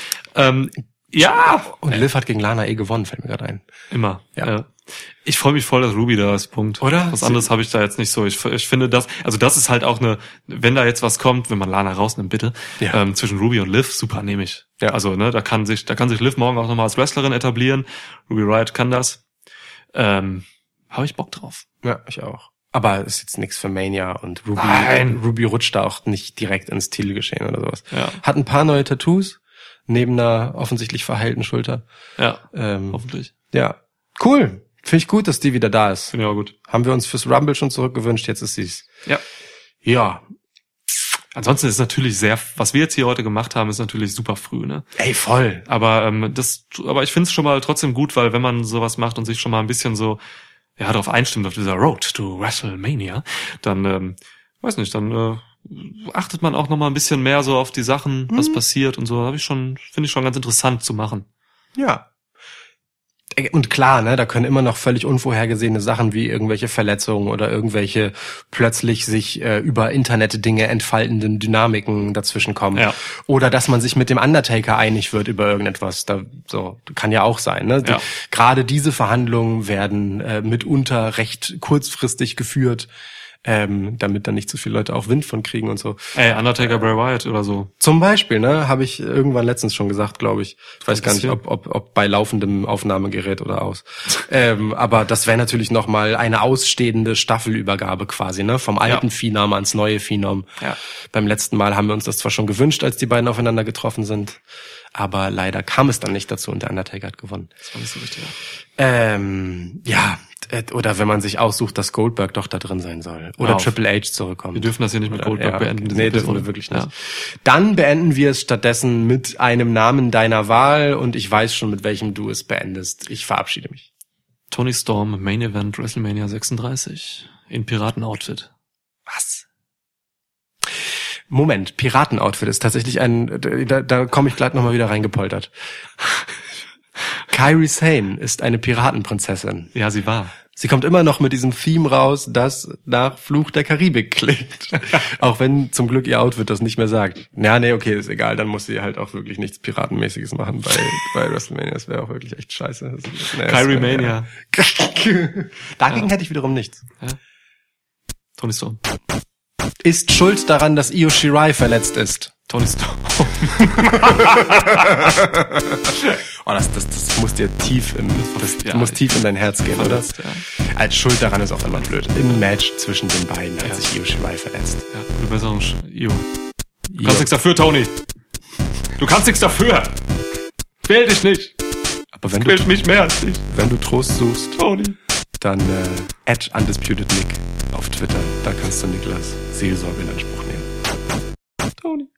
Ja. Und Liv hat gegen Lana gewonnen, fällt mir gerade ein. Immer. Ja. Ja. Ich freue mich voll, dass Ruby da ist, Punkt. Oder? Was anderes habe ich da jetzt nicht so. Ich finde das, also das ist halt auch wenn da jetzt was kommt, wenn man Lana rausnimmt, bitte, Ja. zwischen Ruby und Liv, super, nehme ich. Ja. Also, ne, da kann sich Liv morgen auch nochmal als Wrestlerin etablieren. Ruby Riott kann das. Habe ich Bock drauf. Ja, ich auch. Aber ist jetzt nichts für Mania und Nein. Ruby rutscht da auch nicht direkt ins Titelgeschehen oder sowas. Ja. Hat ein paar neue Tattoos neben einer offensichtlich verheilten Schulter. Ja, hoffentlich. Ja, cool. Finde ich gut, dass die wieder da ist. Finde ich auch gut. Haben wir uns fürs Rumble schon zurückgewünscht, jetzt ist sie's. Ja. Ja. Ansonsten ist natürlich was wir jetzt hier heute gemacht haben, ist natürlich super früh, ne? Ey, voll. Aber ich finde es schon mal trotzdem gut, weil wenn man sowas macht und sich schon mal ein bisschen so darauf einstimmt auf dieser Road to WrestleMania, dann weiß nicht, dann achtet man auch noch mal ein bisschen mehr so auf die Sachen, was passiert und so. Finde ich schon ganz interessant zu machen. Ja. Und klar, ne, da können immer noch völlig unvorhergesehene Sachen wie irgendwelche Verletzungen oder irgendwelche plötzlich sich über Internet-Dinge entfaltenden Dynamiken dazwischen kommen. Ja. Oder dass man sich mit dem Undertaker einig wird über irgendetwas. Kann ja auch sein. Ne? Ja. Gerade diese Verhandlungen werden mitunter recht kurzfristig geführt. damit dann nicht zu viele Leute auch Wind von kriegen und so. Undertaker, Bray Wyatt oder so. Zum Beispiel, ne, habe ich irgendwann letztens schon gesagt, glaube ich. Ich weiß gar nicht, ob bei laufendem Aufnahmegerät oder aus. Aber das wäre natürlich nochmal eine ausstehende Staffelübergabe quasi, ne, vom alten Phenom ans neue Phenom. Ja. Beim letzten Mal haben wir uns das zwar schon gewünscht, als die beiden aufeinander getroffen sind, aber leider kam es dann nicht dazu und der Undertaker hat gewonnen. Das war nicht so richtig. Oder wenn man sich aussucht, dass Goldberg doch da drin sein soll. Oder Triple H zurückkommt. Wir dürfen das hier nicht mit Goldberg beenden. Nee, dürfen wir wirklich nicht. Ja. Dann beenden wir es stattdessen mit einem Namen deiner Wahl und ich weiß schon, mit welchem du es beendest. Ich verabschiede mich. Tony Storm, Main Event, WrestleMania 36. In Piratenoutfit. Was? Moment, Piratenoutfit ist tatsächlich da komme ich gleich nochmal wieder reingepoltert. Kairi Sane ist eine Piratenprinzessin. Ja, sie war. Sie kommt immer noch mit diesem Theme raus, das nach Fluch der Karibik klingt. Auch wenn zum Glück ihr Outfit das nicht mehr sagt. Ja, nee, okay, ist egal. Dann muss sie halt auch wirklich nichts Piratenmäßiges machen bei WrestleMania. Das wäre auch wirklich echt scheiße. Kairi Mania. Dagegen hätte ich wiederum nichts. Ja. Tony Storm. Ist schuld daran, dass Io Shirai verletzt ist. Tony Storm. Oh, das muss dir tief muss tief in dein Herz gehen, oder? Ja. Als schuld daran ist auch immer blöd. Im Match zwischen den beiden hat sich Io Shirai verletzt. Ja, du Besserung, Io. Du kannst nichts dafür, Tony. Du kannst nichts dafür. Quäl dich nicht. Aber wenn quält mich mehr als dich. Wenn du Trost suchst, Tony, dann @UndisputedNick auf Twitter. Da kannst du Niklas Seelsorge in Anspruch nehmen. Tony.